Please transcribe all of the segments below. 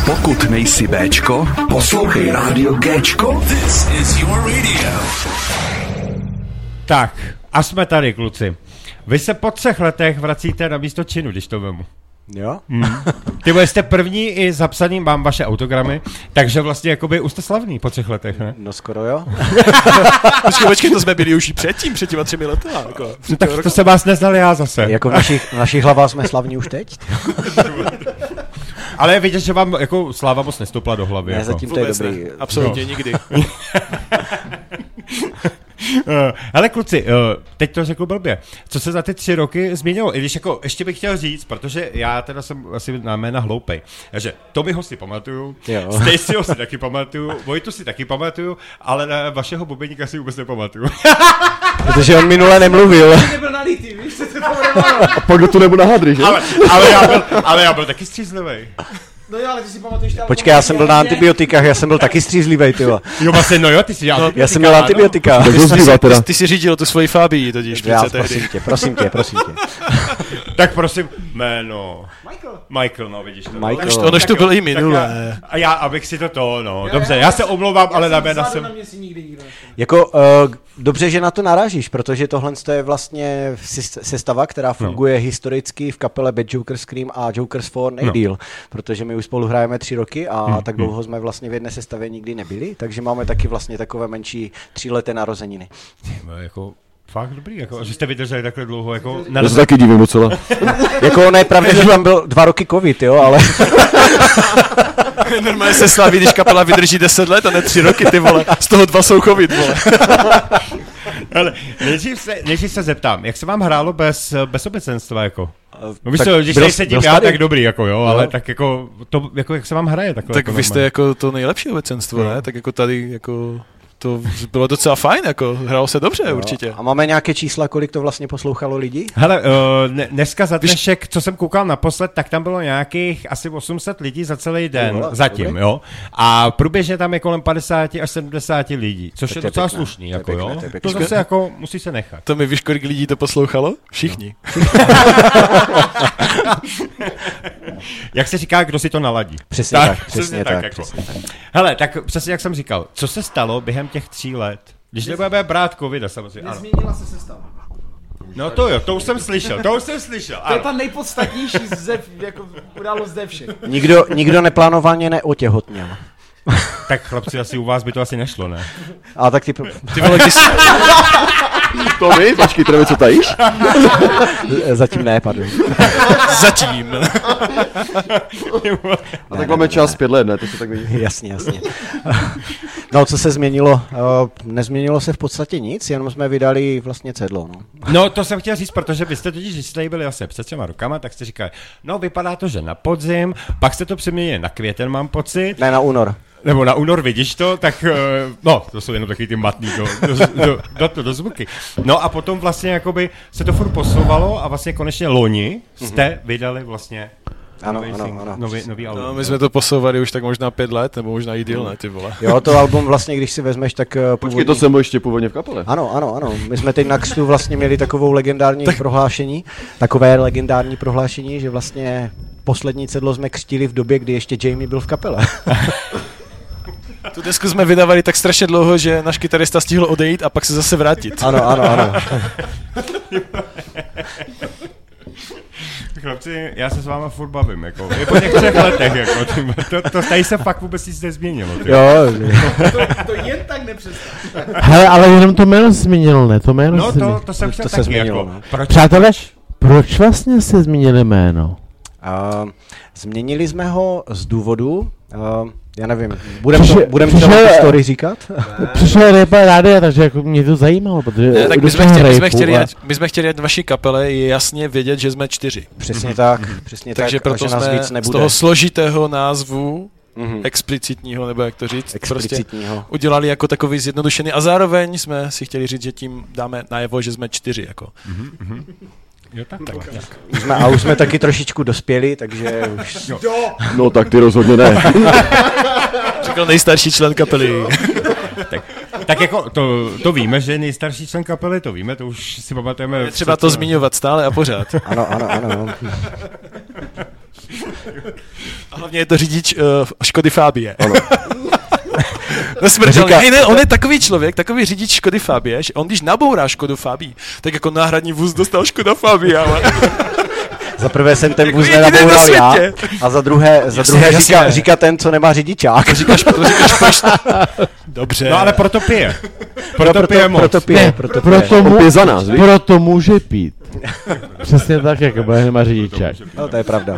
Pokud nejsi Béčko, poslouchej rádio Géčko. This is your radio. Tak, a jsme tady, kluci. Vy se po 3 letech vracíte na místo činu, když to vemu. Jo? Ty jste první i zapsaný, mám vaše autogramy, takže vlastně jakoby už jste slavný po 3 letech, ne? No skoro jo. Počkej, to jsme byli už předtím, před těma 3 lety. Jako, tak to se vás neznal já zase. Jako v našich hlavách jsme slavní už teď. Ale je vidět, že vám jako sláva moc nestoupla do hlavy. Ne, jako. zatím to je dobrý. Absolutně nikdy. Hele kluci, teď to řekl blbě. Co se za ty 3 roky změnilo? I když jako ještě bych chtěl říct, protože já teda jsem asi na jména hloupej. Takže Tommyho si pamatuju, Stacyho si taky pamatuju, Vojtu si taky pamatuju, ale na vašeho bubeníka si vůbec nepamatuju. Protože on minule nemluvil. Nebyl nalitý, víš, co se to A pak do tu nebudu na hadry, že? Ale já byl taky střízlivej. No jo, ale ty si pamatuješ tam... Počkej, já jsem byl na antibiotikách, já jsem byl taky střízlivej, tyjo. Jo, vlastně, no jo, ty si dělal Já jsem měl antibiotika. Ty si řídil tu svoji Fabii totiž. Prosím tě. Tak prosím, jméno. Michael, no vidíš to. Michael. Ono to bylo i minulé. A já, abych si to, dobře, já se omlouvám, ale na jména jsem... Jako, dobře, že na to narážíš, protože tohle je vlastně sestava, která funguje historicky v kapele Bad Joker Scream a Jokers 4 nejdýl, protože my už spolu hrajeme 3 roky a tak dlouho jsme vlastně v jedné sestavě nikdy nebyli, takže máme taky vlastně takové menší 3leté narozeniny. Jako... Fakt dobrý, jako, že jste vydrželi takhle dlouho, jako... Já se taky divím docela. Jako ne, pravda, že tam byl 2 roky covid, jo, ale... Normálně se slaví, když kapela vydrží 10 let a ne 3 roky, ty vole. Z toho 2 jsou covid, vole. Ale nejdřív se zeptám, jak se vám hrálo bez obecenstva, jako? No víš tak co, když tady sedím já, tak dobrý, jako jo, ale tak jako, to, jako jak se vám hraje takhle? Tak jako vy jste jako to nejlepší obecenstvo, ne? Tak jako tady, jako... To bylo docela fajn, jako hrálo se dobře, určitě. A máme nějaké čísla, kolik to vlastně poslouchalo lidí? Hele, dneska za dnešek, co jsem koukal naposled, tak tam bylo nějakých asi 800 lidí za celý den, zatím, jo. A průběžně tam je kolem 50 až 70 lidí, což je docela slušný, jako jo. To zase jako musí se nechat. To mi víš, kolik lidí to poslouchalo? Všichni. Jak se říká, kdo si to naladí. Přesně tak. Jako. Hele, tak přesně jak jsem říkal, co se stalo během těch 3 let? Když nebudeme brát covida, samozřejmě. Nezměnila se sestava. No to jo, to už jsem slyšel. To je ta nejpodstatnější jako událost ze všech. Nikdo neplánovaně neotěhotněl. Tak chlapci, asi u vás by to asi nešlo, ne? A tak ty vole, To vy? Počkej, trvě, co tajíš? Zatím ne, pardon. Zatím. A tak máme čas 5 let, ne? To se tak vidí. Jasně. No, co se změnilo? Nezměnilo se v podstatě nic, jenom jsme vydali vlastně cedlo, no. No, to jsem chtěl říct, protože vy jste totiž, když jste tady byli asi před 3 rokama, tak jste říkali, no vypadá to, že na podzim, pak jste to přeměnili na květen, mám pocit. Ne, na únor. Nebo na únor, vidíš to, tak no, to jsou jenom takový ty matný do zvuky. No a potom vlastně jakoby se to furt posouvalo a vlastně konečně loni jste vydali vlastně nový album. No, my jsme to posouvali už tak možná 5 let, nebo možná i díl, ne, ty vole. Jo, to album vlastně, když si vezmeš, tak Počkej, to jsem byl ještě původně v kapele. Ano. My jsme teď na křtu vlastně měli takovou legendární prohlášení, že vlastně poslední cedlo jsme křtili v době, kdy ještě Jamie byl v kapele. Tu desku jsme vydávali tak strašně dlouho, že náš kytarista stihl odejít a pak se zase vrátit. Ano. Chlapci, já se s váma furt bavím, jako, je po těch 3 letech, jako, to tady se fakt vůbec nic nezměnilo. Jo. To jen tak nepřestane. Hele, ale jenom to jméno se změnilo, ne? To jméno to jsem chtěl taky, změnilo, jako. No. Přátelé, proč vlastně jste změnili jméno? Změnili jsme ho z důvodu, já nevím, budeme to story říkat? Přišel Repa rádia, takže jako mě to zajímalo, protože... Ne, tak my jsme chtěli jet vaší kapele jasně vědět, že jsme 4. Přesně tak, takže proto že nás jsme víc nebude. Z toho složitého názvu, explicitního, nebo jak to říct, prostě udělali jako takový zjednodušený a zároveň jsme si chtěli říct, že tím dáme najevo, že jsme 4, jako. Jo, tak. Už jsme taky trošičku dospěli, takže už... No tak ty rozhodně ne. Říkal nejstarší člen kapely. Tak jako to víme, že nejstarší člen kapely, to víme, to už si pamatujeme. Je třeba to zmiňovat stále a pořád. Ano. A hlavně je to řidič Škody Fabie. Nesmrtelný. On je takový člověk, takový řidič Škody Fabie, že on když nabourá Škodu Fabie, tak jako náhradní vůz dostal Škoda Fabie, ale... Za prvé jsem ten vůz nenaboural já, a za druhé říká ten, co nemá řidičák. Říkáš dobře. No ale proto pije. Proto pije. Za nás, víš? Proto může pít. Přesně tak, jako bude nemá řidičák. No, to je pravda.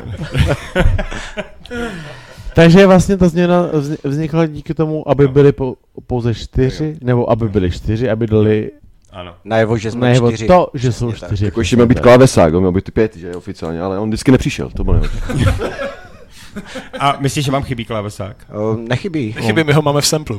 Takže vlastně ta změna vznikla díky tomu, aby byly pouze 4, nebo aby byly 4, aby dali ano. Najevo, že jsme 4. to, že jsou 4. Jako ještě měl být klávesák, měl být 5, že oficiálně, ale on vždycky nepřišel, to bylo nevadí. A myslíš, že vám chybí klávesák? Nechybí. Nechybí, my ho máme v samplu.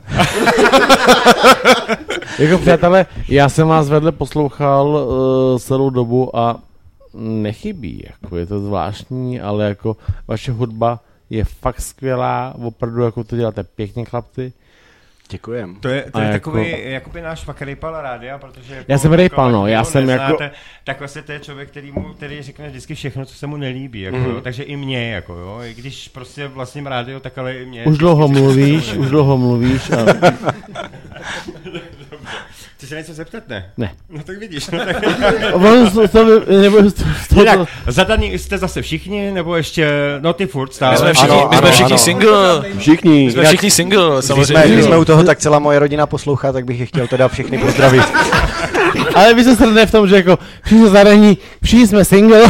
Jako přátelé, já jsem vás vedle poslouchal celou dobu a nechybí, jako je to zvláštní, ale jako vaše hudba je fakt skvělá, opravdu jako to děláte pěkně, chlapci. Děkujem. To je takový, jakoby náš fakt rejpal rádia, protože... Jako, já jsem rejpal, no, já jsem neznáte, jako... Tak vlastně to je člověk, který řekne vždycky všechno, co se mu nelíbí, jako, jo, takže i mě, jako jo, i když prostě vlastním rádio, tak ale i mě... Už dlouho mluvíš a... Chci se něco zeptat, ne? Ne. No tak vidíš, no tak... Jinak, zadaný jste zase všichni, nebo ještě, no ty furt stále. My jsme všichni single. Všichni. My jsme všichni single, samozřejmě. Když jsme u toho, tak celá moje rodina poslouchá, tak bych je chtěl teda všechny pozdravit. ale vy se srdne v tom, že jako všichni zadaní, všichni jsme single.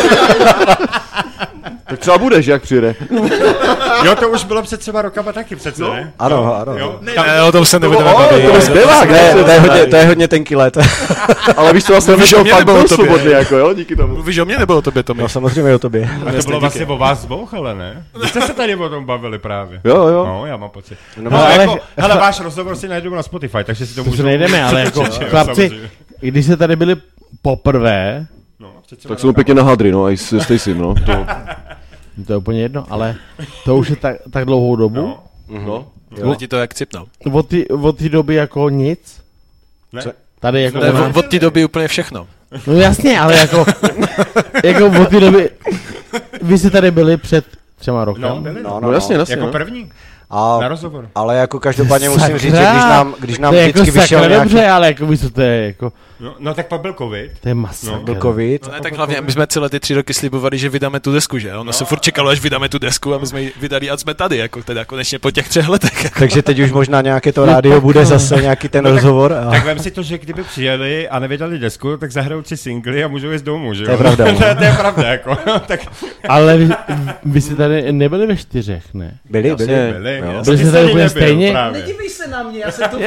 Tak třeba budeš, jak přijde. Jo, to už bylo před třeba rokama taky přece, ne? Ano. Jo? Ne, o tom se nebudeme bavit. To je zpěvák, To je hodně tenký let. Ale víš co, vlastně vyšel fakt byl svobodný, jako jo, díky tomu. Mluvíš o mě nebo o tobě, Tomi? No samozřejmě o tobě. A to bylo vlastně o vás dvou, ale ne? Vy jste se tady o tom bavili právě. Jo. No, já mám pocit. No, ale ale- jako, hele, váš rozhovor si najdou na Spotify, takže si to To můžu... se nejdeme, ale jako chlapci, když jste tady byli poprvé, Tak jsou pěkně na hadry, no, a i s Stacym, no. to je úplně jedno, ale to už je tak dlouhou dobu, No. Jo. Ti to jak cipnou. od té doby jako nic, Ne? tady jako... To je od té doby úplně všechno. No jasně, ale jako od té doby, vy jste tady byli před 3 roky. No, byli. No jasně, Jako no. první. Na rozhovor. Ale jako každopádně musím Sakra. říct, že když nám to je vždycky jako vyšel sakra nějaký... dobře, ale jako víš co, to je jako, No tak pak byl covid. to je masakr. Byl covid. No ne, tak hlavně my jsme celé ty 3 roky slibovali, že vydáme tu desku, že? Ono se furt čekalo, až vydáme tu desku a my jsme ji vydali a jsme tady, jako teda konečně po těch 3 letech. Jako. Takže teď už možná nějaké to rádio bude zase nějaký ten rozhovor. A... Tak vem si to, že kdyby přijeli a nevydali desku, tak zahrajou 3 singly a můžou jít domů, že jo? To je pravda. to je pravda, jako. Tak Ale vy jste tady nebyli ve 4, ne? Byli. byli. Byli jste tady úplně stejně? Nedívej se na mě, já jsem to...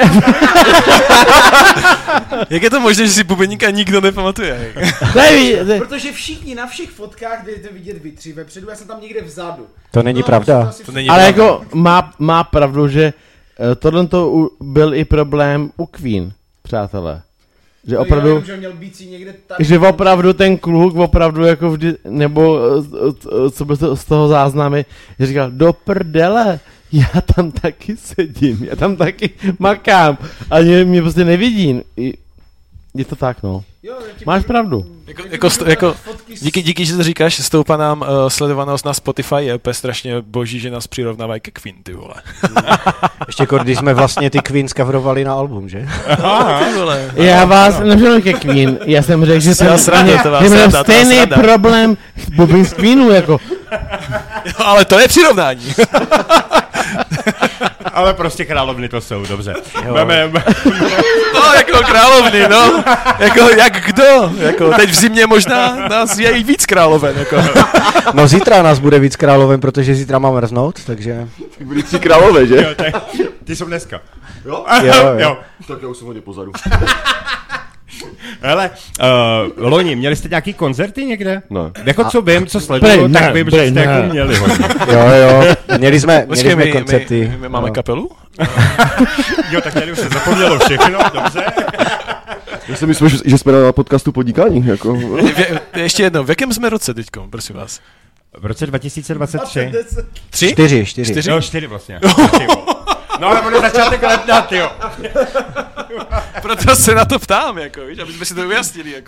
Jak je to možné, že si bubeníka nikdo nepamatuje? Protože všichni na všech fotkách jdete vidět vy 3 vepředu, já jsem tam někde vzadu. To není pravda. To není Ale pravda. jako má pravdu, že tohle to byl i problém u Queen, přátelé. Že opravdu, že měl být si někde tady. že opravdu ten kluk opravdu jako vždy, nebo co byl to z toho záznamy, že říkal, do prdele, já tam taky sedím, já tam taky makám, a mě prostě nevidí. Je to tak, no. Jo, Máš pravdu. Jako, díky, že to říkáš, stoupá nám sledovanost na Spotify, je úplně strašně boží, že nás přirovnávají ke Queen, ty vole. Ještě když jsme vlastně ty Queen skavrovali na album, že? Ty vole. Já vás nepřijdu ke Queen, já jsem řekl, že jsem měl stejný problém s Queenu, jako. Jo, ale to je přirovnání. Ale prostě královny to jsou, dobře. No, jako královny, no. Jako, jak kdo? Jako, teď v zimě možná nás je i víc královen, jako. No zítra nás bude víc královen, protože zítra mám mrznout, takže... Byli 3 králové, že? Jo, tak, ty jsou dneska. Jo? Jo. Tak já už jsem hodně pozadu. Hele, loni, měli jste nějaký koncerty někde? No. Jako co vím, co sleduju, tak vím, že jste jako měli hodně. Jo, měli jsme Počkej, koncerty. my máme kapelu? Jo, tak tady už se zapomnělo všechno, dobře. Já si myslím, že jsme na podcastu Podnikání, jako... Ještě jednou, v jakém jsme roce teďkom, prosím vás? V roce 2023. 3? 4. Jo, 4 vlastně. No ale bude začátek ledna, tyjo. Proto se na to ptám, jako, víš, aby jsme si to ujasnili, jako.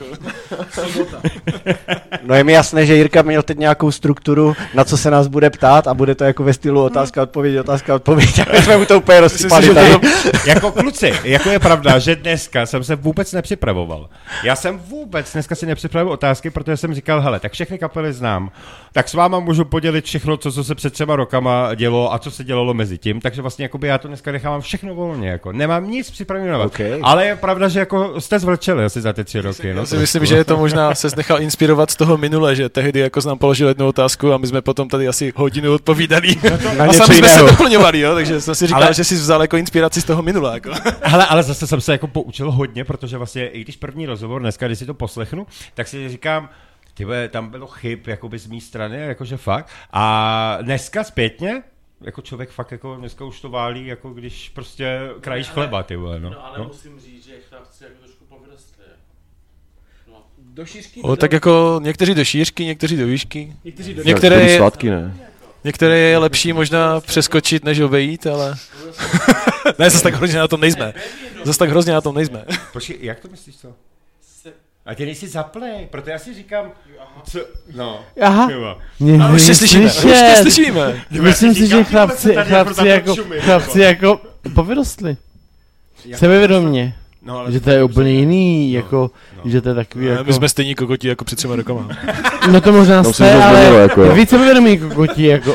No je mi jasné, že Jirka měl teď nějakou strukturu, na co se nás bude ptát a bude to jako ve stylu otázka, odpověď, a my jsme mu to úplně rozsypali tady. Jako kluci, jako je pravda, že dneska jsem se vůbec nepřipravoval. Já jsem vůbec dneska si nepřipravil otázky, protože jsem říkal, hele, tak všechny kapely znám, tak s váma můžu podělit všechno, co se před 3 rokama dělo a co se dělalo mezi tím, takže vlastně jakoby já to dneska nechávám všechno volně, jako nemám nic připraveného. Okay. Ale je pravda, že jako jste zvlčeli asi za ty 3 roky. Já si myslím, že je to možná se nechal inspirovat z toho minule, že tehdy jako nám položil jednu otázku a my jsme potom tady asi hodinu odpovídali. A sami jsme se doplňovali, jo, takže jsem si říkal, že jsi vzal jako inspiraci z toho minula. Jako. Ale zase jsem se jako poučil hodně, protože vlastně i když první rozhovor dneska, když si to poslechnu, tak si říkám, tyhle, tam bylo chyb jakoby z mý strany, jakože fakt. A dneska zpětně, jako člověk fakt jako dneska už to válí, jako když prostě krajíš chleba, ty vole, no. No ale musím říct, že chlapci jako trošku povyrostli. No. Do šířky. Tak jako někteří do šířky, někteří do výšky. Některé sladký, ne? Některé je lepší možná přeskočit, než obejít, ale... Ne, zase tak hrozně na tom nejsme. Počkej, jak to myslíš, co? A ty nejsi zaplej, proto já si říkám, co, no. Aha. A už tě slyšíme. Myslím si, že chlapci jako povyrostli. Sebevědomně. No, že to je úplně jiný, jako, že to je takový jako... My jsme stejní kokoti jako před 3 rokama. No to možná jste, ale jako, víc sebevědomí kokoti, jako.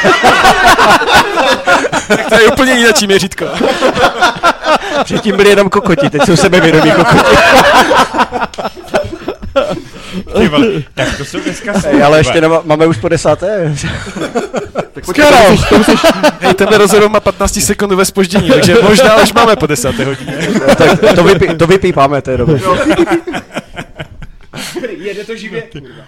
Tak to je úplně jináčí měřítko. Předtím byli jenom kokoti, teď jsou sebevědomí kokoti. Tak to jsou dneska ale ještě máme už po 10. Tak hej, tenhle rozhovor má 15 sekund ve zpoždění, takže možná už máme po 10. hodině. Tak to vypípáme, to je dobré. Jede to živě.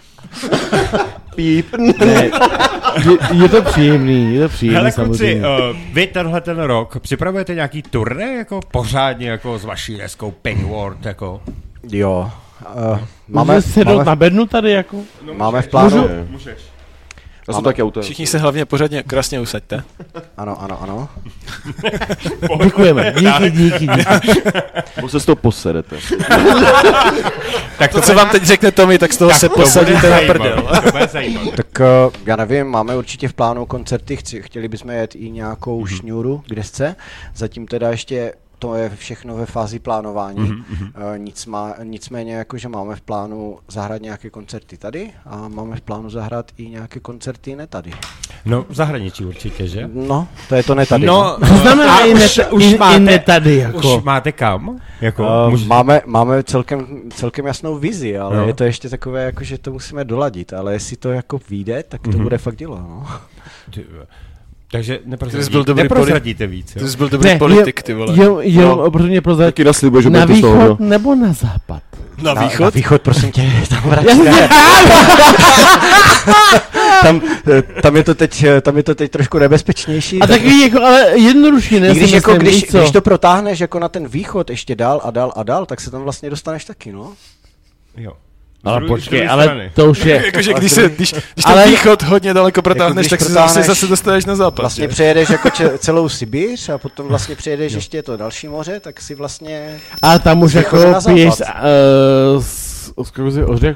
Píp. Ne, je to příjemný hele, samozřejmě. Kluci, vy tenhle ten rok připravujete nějaký turné, jako pořádně, jako s vaší deskou Pennyworth, jako? Jo. Máme sedout na bednu tady, jako? No, máme v plánu. Můžeš. Já jsem taky autem. Všichni se hlavně pořádně krásně usaďte. Ano. Děkujeme, díky. Bo se z toho posedete. Tak to, co vám teď řekne Tommy, tak z toho se posadíte na prdel. Tak já nevím, máme určitě v plánu koncerty, chtěli bychom jet i nějakou šňůru k desce, zatím teda ještě to je všechno ve fázi plánování, nicméně jakože máme v plánu zahrát nějaké koncerty tady a máme v plánu zahrát i nějaké koncerty ne tady. No v zahraničí určitě, že? No, to je to ne tady. No, to znamená i ne tady, jako. Už máte kam? Jako, máme celkem jasnou vizi, ale je to ještě takové, jakože to musíme doladit, ale jestli to jako vyjde, tak to bude fakt dělo, no. Takže neprozradíte víc. Ty jsi byl dobrý politik, ty vole. Jo, protože mě prozradit. Taky naslibuje, že na východ nebo na západ? Na východ? Na východ, prosím tě, tam radši tam je to teď trošku nebezpečnější. A takový jako, ale jednodušší, ne? Když to protáhneš jako na ten východ ještě dál a dál, tak se tam vlastně dostaneš taky, no. Jo. Ale počkej, ale to už je... Jakože když ten východ hodně daleko protáhneš, tak se zase dostaneš na západ. Vlastně přejedeš jako celou Sibíř a potom vlastně přejedeš ještě to další moře, tak si vlastně... Ale tam už jako piješ ořech...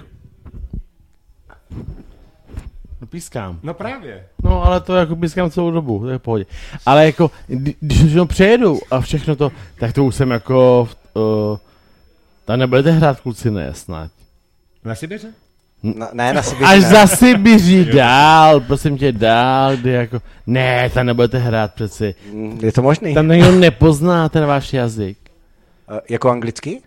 No pískám. No právě. No ale to jako pískám celou dobu, to je v pohodě. Ale jako, když už přejedu a všechno to, tak to už jsem jako... tam nebudete hrát kluci, ne, snad. Na Sibiře? Ne, na Sibiři. Až za Sibiři dál, prosím tě, dál, kdy jako... Ne, tam nebudete hrát přeci. Je to možný. Tam někdo nepozná ten váš jazyk. Jako anglicky?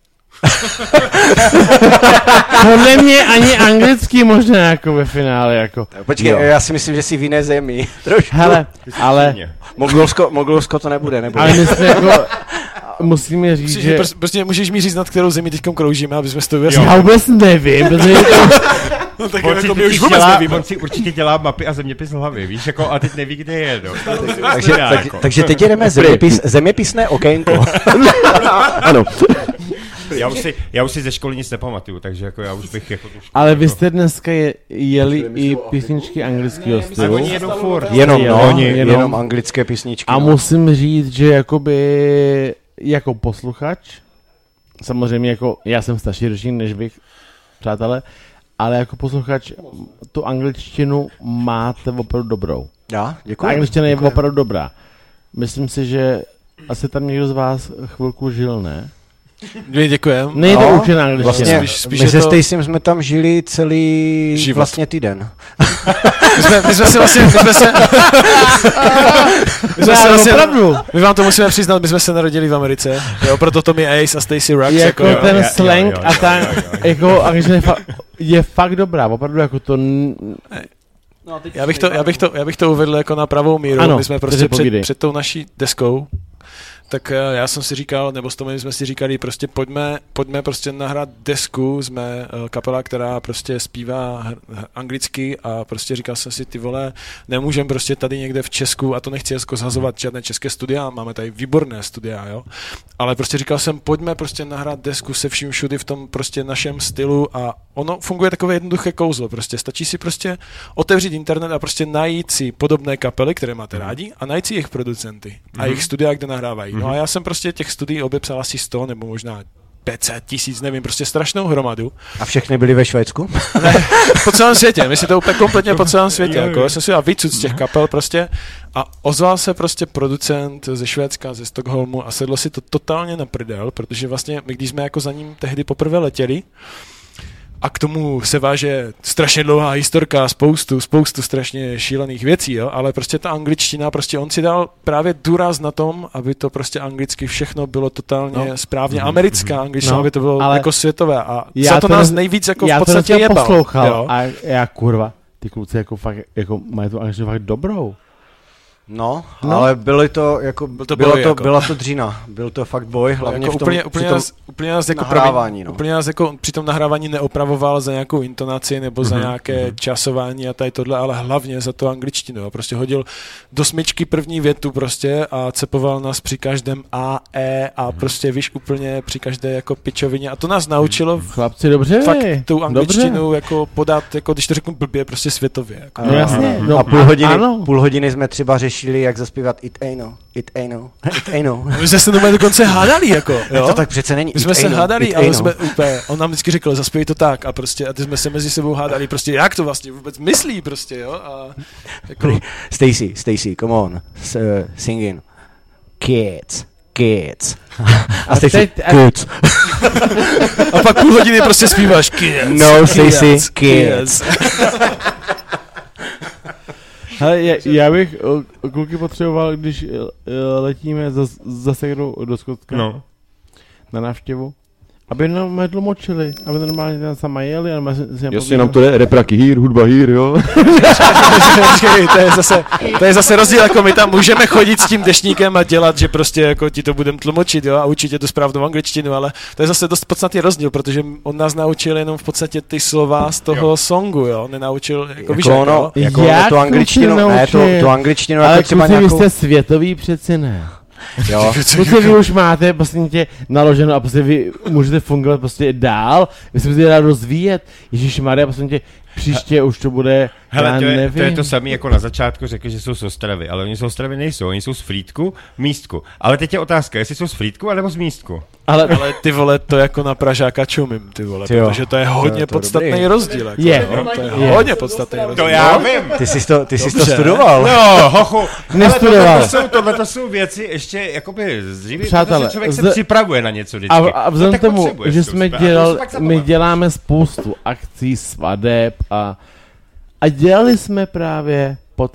Podle mě ani anglicky možná jako ve finále, jako... Počkej, já si myslím, že jsi v jiné zemi. Trošku. Hele, ale... Mongolsko to nebude. Ale my jsme jako... Musíme říct, že... Prostě můžeš mi říct, nad kterou zemi teďkom kroužíme, aby jsme si to vyjasnili. Já vůbec nevím, protože to... No tak jako my už vůbec nevím. On si určitě dělá mapy a zeměpis v hlavě, víš, jako a teď neví, kde je, no. Takže teď jedeme zeměpisné okénko. Ano. Já už si ze školy nic nepamatuju, takže jako já už bych jako... Ale vy jste dneska jeli i písničky anglického stylu. Oni jedou furt. Jenom anglické písničky. A musím říct, že jakoby jako posluchač, samozřejmě jako já jsem starší ročník než vy, přátelé, ale jako posluchač tu angličtinu máte opravdu dobrou. Já? Děkuji. Ta angličtina je opravdu dobrá. Myslím si, že asi tam někdo z vás chvilku žil, ne? Děkujem. Nejde učená angličtina. Vlastně, my se Stacem jsme tam žili celý život. Vlastně týden. My jsme my vám to musíme přiznat, my jsme se narodili v Americe, jo, proto Tommy Ace a Stacey Ruggs. Jako ten slang a ta jako angličtina je fakt dobrá, opravdu jako to... Já bych to uvedl jako na pravou míru. Ano, my jsme prostě před tou naší deskou, tak já jsem si říkal, nebo s Tomem jsme si říkali, prostě pojďme prostě nahrát desku, jsme kapela, která prostě zpívá anglicky a prostě říkal jsem si, ty vole, nemůžem prostě tady někde v Česku, a to nechci jako zhazovat žádné české studia, máme tady výborné studia, jo, ale prostě říkal jsem, pojďme prostě nahrát desku se vším všudy v tom prostě našem stylu a ono funguje takové jednoduché kouzlo, prostě stačí si prostě otevřít internet a prostě najít si podobné kapely, které máte rádi a najít si jejich producenty a jejich studia, kde nahrávají. No a já jsem prostě těch studií objepsal asi 100 nebo možná 500 000, nevím, prostě strašnou hromadu. A všechny byly ve Švédsku? Ne, po celém světě, my si to úplně kompletně po celém světě, jako já jsem si dal výcud z těch kapel prostě a ozval se prostě producent ze Švédska, ze Stockholmu a sedlo si to totálně na prdel, protože vlastně my, když jsme jako za ním tehdy poprvé letěli, a k tomu se váže strašně dlouhá historka, spoustu strašně šílených věcí, jo? Ale prostě ta angličtina, prostě on si dal právě důraz na tom, aby to prostě anglicky všechno bylo totálně správně americká angličtina, aby to bylo jako světové a za to nás nejvíc jako v podstatě jebal. Já to poslouchal a já kurva, ty kluci jako fakt, jako mají tu angličtinu fakt dobrou. No, ale bylo to jako, byla to dřína, byl to fakt boj, hlavně jako v tom úplně nás jako nahrávání. Úplně nás jako při tom nahrávání neopravoval za nějakou intonaci nebo za nějaké časování a tady tohle, ale hlavně za to angličtinu. Prostě hodil do smyčky první větu prostě a cepoval nás při každém A, E a prostě víš úplně při každé jako pičovině a to nás naučilo chlapci, dobře, fakt tu angličtinu jako podat, jako když to řeknu blbě, prostě světově. Jako. No jasně. No, a půl hodiny jsme třeba řešili, jak zaspívat It ain't no. My jsme se dokonce hádali, jako, jo? To tak přece není. My jsme se hádali, ale jsme úplně, on nám vždycky řekl, zaspěj to tak a prostě, a ty jsme se mezi sebou hádali, prostě jak to vlastně vůbec myslí, prostě, jo? A jako... Stacey, come on, singing. Kids. A Stacey, kids. A pak půl hodiny prostě zpíváš kids. No, Stacey, kids. Hele, já bych kluky potřeboval, když letíme zase do Skotska na návštěvu, aby nám tlumočili, aby normálně tam sama jeli. Jasně, nám to jde, repraky hír, hudba hír, jo. To je zase rozdíl, jako my tam můžeme chodit s tím dešníkem a dělat, že prostě jako ti to budeme tlumočit, jo, a určitě tu správnou angličtinu, ale to je zase dost podstatný rozdíl, protože on nás naučil jenom v podstatě ty slova z toho songu, jo, nenaučil, jako víš, tu angličtinu, ale jako třeba nějakou... vy jste světový, přeci ne. Jo. Prostě vy už máte prostě naloženo a prostě vy můžete fungovat prostě dál, vy se můžete dál rozvíjet. Ježišmarja, prostě příště už to bude, hele, to je to samé, jako na začátku řekli, že jsou z Ostravy, ale oni z Ostravy nejsou, oni jsou z Frýdku, Místku. Ale teď je otázka, jestli jsou z Frýdku, anebo z Místku. Ale ty vole, to jako na Pražáka čumím, ty vole, protože to je hodně podstatný rozdíl. Jako, to je hodně podstatný rozdíl. To já vím. Ty jsi to studoval. No, hochu. Nestudoval. Tohle jsou věci ještě jakoby zříví, protože člověk se připravuje na něco vždycky. A vzhledem tomu, že my děláme spoustu akcí, svadeb a dělali jsme právě pod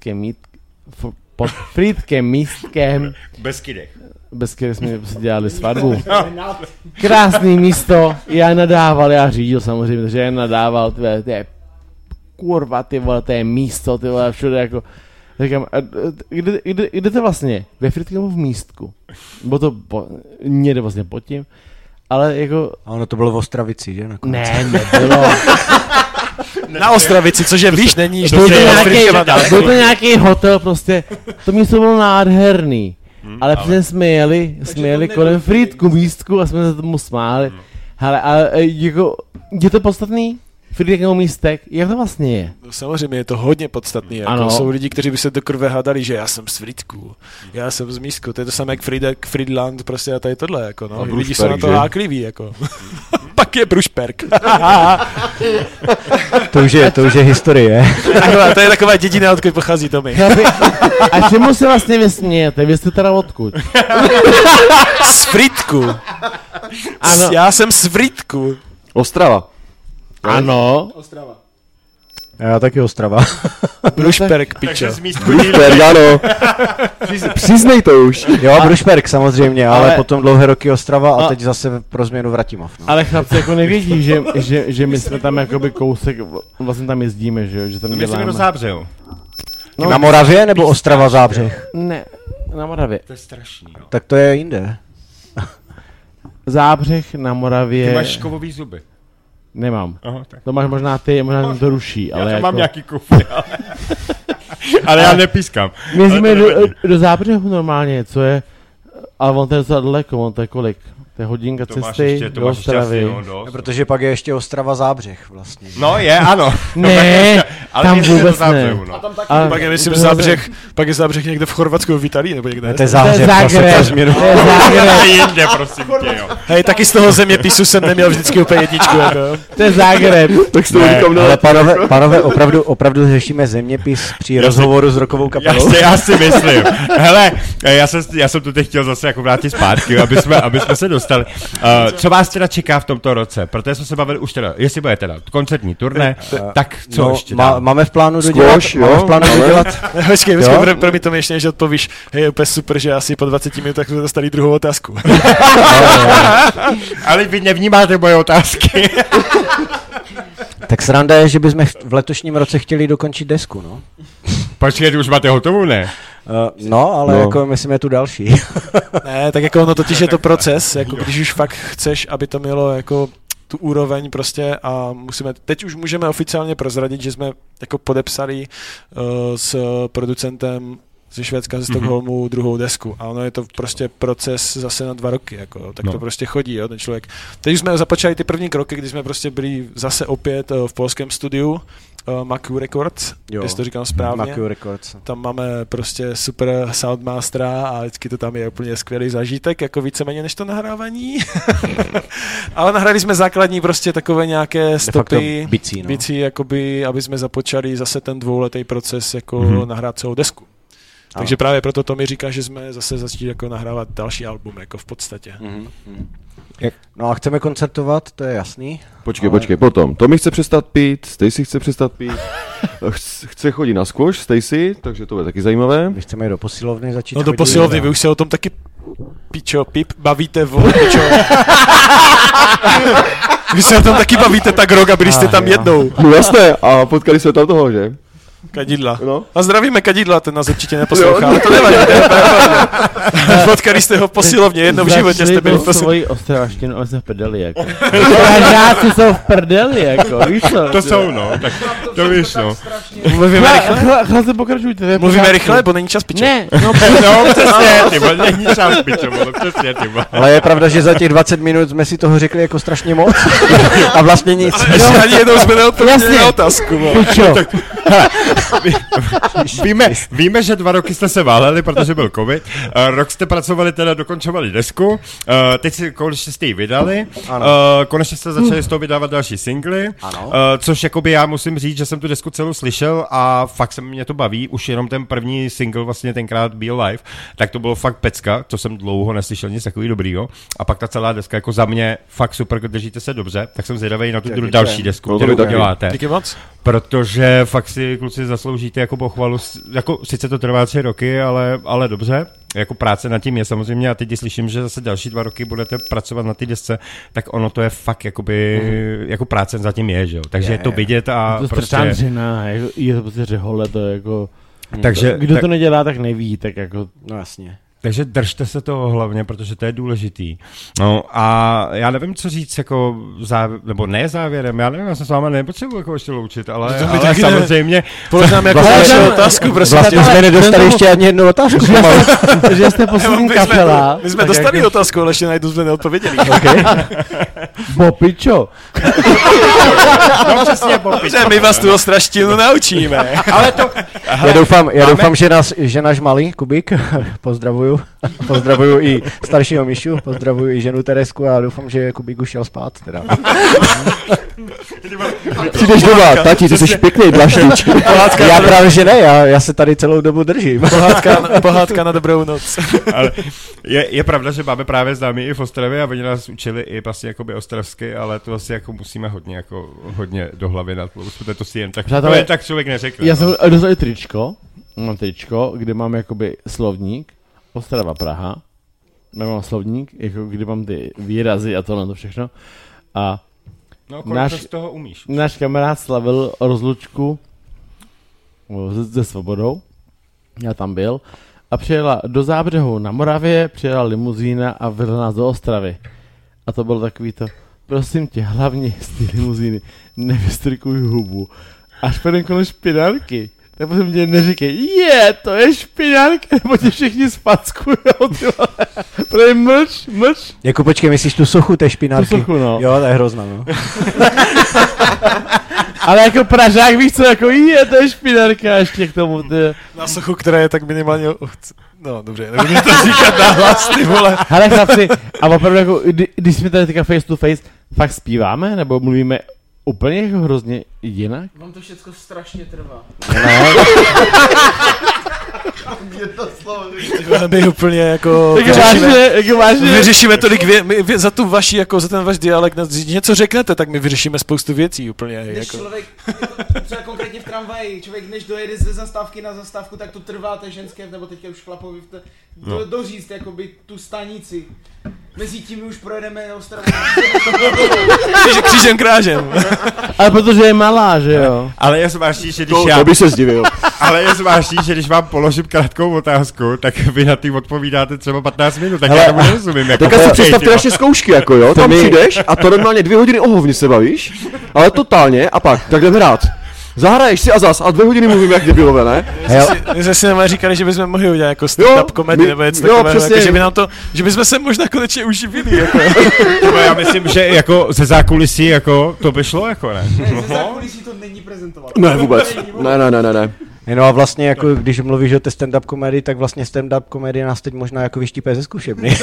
Frýdkem místkem. Bez které jsme dělali svatbu. Krásný místo, já nadával, já řídil samozřejmě, takže já nadával, to je kurva, ty vole, to je místo, ty vole, všude jako. Říkám, kde to vlastně? Ve Frýdku nebo v Místku? Bylo to někde vlastně pod tím, ale jako... A ono to bylo v Ostravici, že? Nakonec. Ne, nebylo. Na Ostravici, což je víš, není. Byl to nějaký hotel prostě, to místo bylo nádherný. ale přesně jsme jeli kolem Frýdku místku a jsme se tomu smáli. Hele, ale jako, je to podstatný? Frýdek nebo místek, jak to vlastně je? No, samozřejmě je to hodně podstatný. Jako jsou lidi, kteří by se do krve hádali, že já jsem z Frýdku, já jsem z Místku. To je to samé jak Frýdek, Frýdland, prostě a tady tohle. Jako, no. Lidi jsou na to hákliví. Jako. Pak je Brušperk. To už je historie. To je taková dědina, odkud pochází Tomi. A čemu se vlastně vysmějete? Vy jste teda odkud? Z Frýdku. Ano. Já jsem z Frýdku. Ostrava. Ano. Ostrava. Já taky Ostrava. Brušperk, pičo. Brušperk, ano. Přiznej to už. Jo, Brušperk samozřejmě, ale potom dlouhé roky Ostrava a teď zase pro změnu Vratimov. No. Ale chlapci jako nevědí, že my jsme tam jakoby kousek, vlastně tam jezdíme, že tam děláme. My jsme do Zábřehu. No, na Moravě nebo Ostrava Zábřeh? Ne, na Moravě. To je strašný. No. Tak to je jinde. Zábřeh na Moravě. Ty máš kovový zuby. Nemám. Aha, tak. To máš možná ty, možná to ruší, ale já jako... mám nějaký kufry, ale já nepískám. My jsme do Zábřehu normálně, co je, ale on to je docela daleko, on to je kolik? To je hodinka cesty do Ostravy. Protože pak je ještě Ostrava Zábřeh vlastně. No je, ano. Ne, ale tam vůbec ne. No. Pak je, myslím, pak je Zábřeh někde v Chorvatsku, v Itálii, nebo někde. To je Zábřeh, to je Zágreb. Jinde, prosím tě, jo. Hej, taky z toho zeměpisu jsem neměl vždycky úplně jedničku, jako. To je Zágreb. Tak to říkám, ale pánové, opravdu řešíme zeměpis při rozhovoru s rockovou kapelou. Já si myslím. Hele, já jsem tu teď chtěl zase jako vrátit zpátky, aby jsme se dostali. Co vás teda čeká v tomto roce? Protože jsme se bavili už teda, jestli bude teda koncertní turné, tak co ještě dál? Máme v plánu dodělat. Počkej, pro mě to mi ještě, že odpovíš, hej, úplně super, že asi po 20 minutách jsme dostali druhou otázku. Ale vy nevnímáte moje otázky. Tak sranda je, že bychom v letošním roce chtěli dokončit desku, no. Počkej, už máte hotovou, ne? Ale jako myslím je tu další. Ne, tak jako ono totiž je to proces, jako když už fakt chceš, aby to mělo jako tu úroveň prostě a teď už můžeme oficiálně prozradit, že jsme jako podepsali s producentem ze Švédska, ze Stockholmu druhou desku a ono je to prostě proces zase na 2 roky, jako, tak to prostě chodí, jo, ten člověk. Teď jsme započali ty první kroky, kdy jsme prostě byli zase opět v polském studiu Maku Records, jestli to říkám správně. Maku Records. Tam máme prostě super soundmastera a vždycky to tam je úplně skvělý zážitek, jako víceméně než to nahrávání. Ale nahrali jsme základní prostě takové nějaké stopy, bicí, jakoby, aby jsme započali zase ten 2letý proces, jako nahrát celou desku. Takže právě proto to mi říká, že jsme zase začali jako nahrávat další album, jako v podstatě. No a chceme koncertovat, to je jasný. Počkej, potom. Tommy chce přestat pít, Stacy chce přestat pít, chce chodit na squash, Stacy, takže to je taky zajímavé. My chceme do posilovny začít. No do posilovny, vy už se o tom taky bavíte, pičo. Vy se o tom taky bavíte tak rok a byli jste tam jednou. No jasné, a potkali jsme tam toho, že? Kadidla. No. A zdravíme Kadidla, ten nás určitě neposlouchá, ale to nevadí. Potkali jste ho v posilovně, jednou v životě jste byli v posilovně. Svoji ostravaštinu, ale jsme v prdeli, jako. Žáci jsou v prdeli, jako, víš co? To jsou, no, tak to víš, no. Mluvíme rychle? Chlapci, pokračujte. Mluvíme rychle, bo není čas, pičo. Ne, přesně, ty vole, není čas, pičo, přesně, ty vole. Ale je pravda, že za těch 20 minut jsme si toho řekli jako strašně moc a vlastně nic. Ale ani jednou jsme neodpověděli na otázku, pičo. Víme, že 2 roky jste se váleli, protože byl covid. Rok jste pracovali, teda dokončovali desku. Teď si konečně jste ji vydali. Konečně jste začali z toho vydávat další singly. Což jakoby já musím říct, že jsem tu desku celou slyšel a fakt se mě to baví. Už jenom ten první single, vlastně tenkrát Be Alive, tak to bylo fakt pecka, to jsem dlouho neslyšel nic takový dobrýho. A pak ta celá deska jako za mě fakt super, držíte se dobře, tak jsem zvědavý na tu další desku, kterou děláte. Díky moc. Protože fakt si kluci zasloužíte jako pochvalu, jako sice to trvá 3 roky, ale dobře, jako práce nad tím je samozřejmě a teď slyším, že zase další 2 roky budete pracovat na té desce, tak ono to je fakt jakoby, jako práce zatím je, že jo, takže je to vidět a to prostě... je to prostě řehole, to jako... Takže, kdo to nedělá, tak neví, tak jako... No jasně. Takže držte se toho hlavně, protože to je důležitý. No a já nevím, co říct, jako nebo ne závěrem, já nevím, já se s váma nepotřebuji jako ještě loučit, ale samozřejmě... Položím jako otázku, prosím. Vlastně jsme nedostali ještě ani jednu otázku. Že jste poslední kapela. My jsme dostali otázku, ale ještě najdu jsme neodpověděli. Bopičo. No přesně, Bopičo. My vás tu ostraštinu naučíme. Ale to... Já doufám, že náš malý Kubík, pozdravuju i staršího Mišu, pozdravuju i ženu Teresku a doufám, že Kubík už šel spát teda. Přijdeš doma, tati, ty jsi pěkný dlaštič. Já právě, že ne, já se tady celou dobu držím. Pohádka na dobrou noc. Ale je pravda, že máme právě známí i v Ostravě a oni nás učili i vlastně jakoby ostravsky, ale to asi jako musíme hodně do hlavy natlousnout, to si jen tak, přátelé, to jen tak člověk neřekne. Já jsem dostal tričko, mám tričko, kde mám jakoby slovník, Ostrava, Praha, mám slovník, jako kde mám ty výrazy a tohle to všechno a no, kolik z toho umíš? Náš kamarád slavil rozlučku se Svobodou, já tam byl, a přijela do Zábřehu na Moravě, přijela limuzína a vedla nás do Ostravy. A to bylo takový to, prosím tě, hlavně z té limuzíny, nevystrikuj hubu. Až půjdem kolem špinálky, tak potom mě neříkej, to je špinálka, nebo tě všichni spackujou, ty vole. Protože mlč. Jako počkej, myslíš tu sochu té špinálky? Tu sochu, no. Jo, to je hrozná, no. Ale jako Pražák, víš co, jako to je špinárka ještě k tomu, ty. Na sochu, která je tak minimálně... No, dobře, nebudu to říkat nahlas, ty vole. Hele chlapci, a opravdu jako, když jsme tady teďka face to face, fakt zpíváme, nebo mluvíme úplně jako hrozně jinak? Vám to všecko strašně trvá. Jedno slovo. My úplně jako... Vyřešíme tolik za tu vaši, jako za ten váš dialekt, něco řeknete, tak my vyřešíme spoustu věcí úplně. Než jako. člověk, třeba konkrétně v tramvaji, člověk než dojede ze zastávky na zastávku, tak to trvá té ženské, nebo teďka už chlapovi doříct jakoby tu stanici. Mezi tím už projedeme Ostravu. Křížem krážem. Ale protože je malá, že jo? Ale je zvláštní, že když To by se zdivil. Ale je zvláštní, že když vám položím krátkou otázku, tak vy na tím odpovídáte třeba 15 minut, tak já tomu nerozumím. Jako tak si představte naše zkoušky, jako jo, tam přijdeš a to normálně 2 hodiny o hovně se bavíš, ale totálně a pak, tak jdem hrát. Zahraješ si a 2 hodiny mluvím jak debilové, ne? My jsme si normálně říkali, že bychom mohli udělat jako stand-up komedy nebo něco takového, jako, že bychom se možná konečně uživili. Jako. Já myslím, že jako ze zákulisí jako to by šlo, jako ne? Ne, ze zákulisí to není prezentovat. Ne, vůbec. Ne. No a vlastně jako když mluvíš o té stand-up komedii, tak vlastně stand-up komedie nás teď možná jako vyštípe ze zkušebny.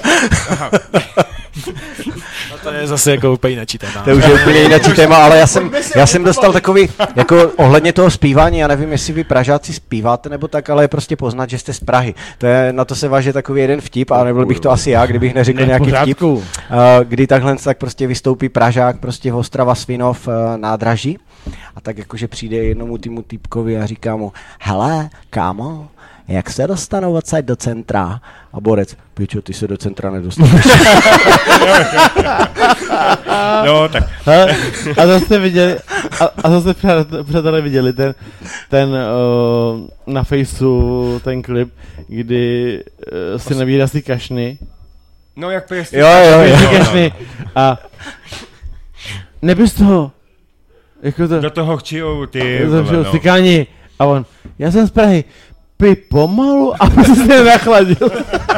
No to je zase jako úplně jiný téma. To už je úplně jiný téma, ale já jsem dostal takový, jako ohledně toho zpívání, já nevím, jestli vy Pražáci zpíváte nebo tak, ale je prostě poznat, že jste z Prahy. Na to se váže takový jeden vtip, a nebyl bych to asi já, kdybych neřekl nějaký vtip, kdy takhle tak prostě vystoupí Pražák prostě v Ostrava Svinov nádraží a tak jakože přijde jednomu týmu týpkovi a říká mu, hele, kámo, jak se dostanou odsaď do centra? A borec, pičo, ty se do centra nedostaneš. No, tak. A zase viděli, a zase přátelé viděli ten na Faceu ten klip, kdy si nabírá kašny. No, jak pěstí. Jo. Kašny. A nebys toho. Jako to, do toho chčijou ty... Cikáni. A on, já jsem z Prahy. Pij pomalu, aby se nenachladil.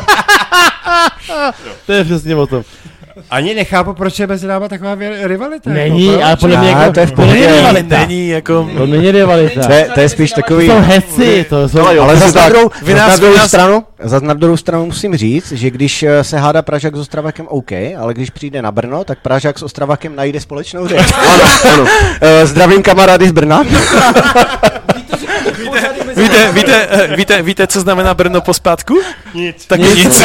To je přesně o tom. Ani nechápu, proč je mezi náma taková rivalita. Není, jako, ale podle mě jako, to je v pohodě. Není jako... To není rivalita. To je spíš takový... To jsou heci, to jsou... Ale za na druhou stranu musím říct, že když se hádá Pražák s Ostravakem OK, ale když přijde na Brno, tak Pražák s Ostravakem najde společnou řeč. Ano. Zdravím kamarády z Brna. Víte, co znamená Brno pospátku? Nic. Tak nic.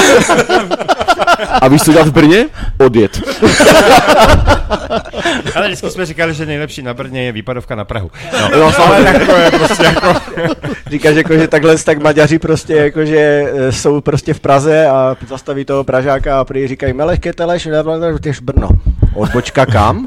A víš, co dělat v Brně? Odjet. Ale vždycky jsme říkali, že nejlepší na Brně je výpadovka na Prahu. No, ale tak to je prostě jako... Říkáš, jako, že takhle tak Maďaři prostě jakože jsou prostě v Praze a zastaví toho Pražáka a prý říkají Meleš, Keteleš, tyž Brno. Odbočka kam?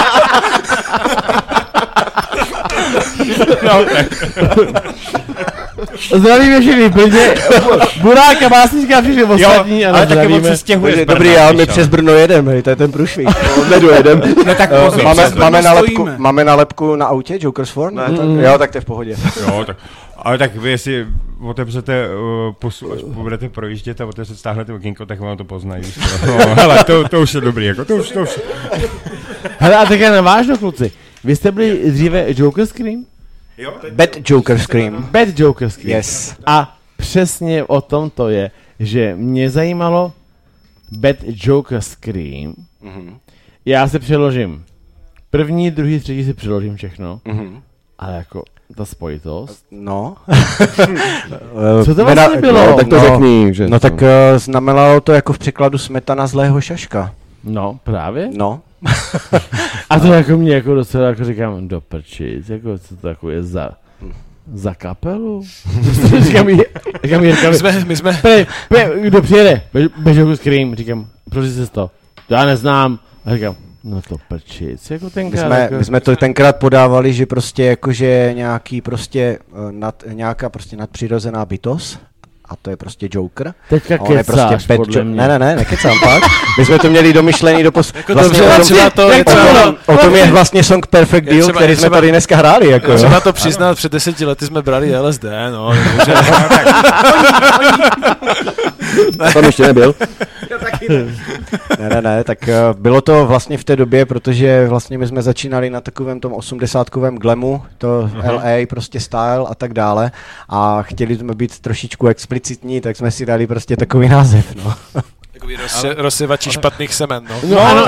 No, tak. Zdravíme všechny, pojďme. Buráka, Básnička, všechny ostatní. Ale taky moc se stěhuje z Brna. Dobrý, ale my přes Brno jedeme, to je ten průšvih. Nedojedem. No tak máme nálepku na autě, Jokers for? Ne, jo, tak to je v pohodě. Jo, tak. Ale tak vy, jestli otevřete pusu, až budete projíždět a otevřete stáhnete okýnko, tak vám to poznají. No, hele, to už je dobrý, jako to už. Hele, a tak já navážu, kluci. Vy jste byli dříve Joker Scream? Jo? Bad Joker Scream. Bad Joker Scream. Yes. A přesně o tom to je, že mě zajímalo Bad Joker Scream. Mm-hmm. Já se přeložím. První, druhý, třetí si přeložím všechno. Mm-hmm. Ale jako ta spojitost. No. Co to vlastně bylo? No, tak to řekni. Že no tak znamenalo to jako v překladu smetana zlého šaška. No, právě. No. A to jako mě jako docela jako říkám, do prčic, jako co to jako je za kapelu? říkám Jirka, my jsme. Kdo přijede? Bežoku Scream, říkám, proč jsi to? Já neznám. A říkám, no to prčic, jako tenkrát. My jsme to tenkrát podávali, že prostě jakože nějaký prostě nějaká prostě nadpřirozená bytost. A to je prostě Joker. Teďka kecáš, prostě podle mě. Ne, nekecám pak. My jsme to měli domyšlený jako vlastně o tom je vlastně song Perfect Deal, který jsme tady dneska hráli. Jako, třeba to přiznat, před 10 lety jsme brali LSD, no. Tam ještě nebyl. Ne, tak bylo to vlastně v té době, protože vlastně my jsme začínali na takovém tom 80kovém glamu, to LA prostě style a tak dále a chtěli jsme být trošičku explicitní, tak jsme si dali prostě takový název, no. Takový rozsevači špatných semen, no. No ano,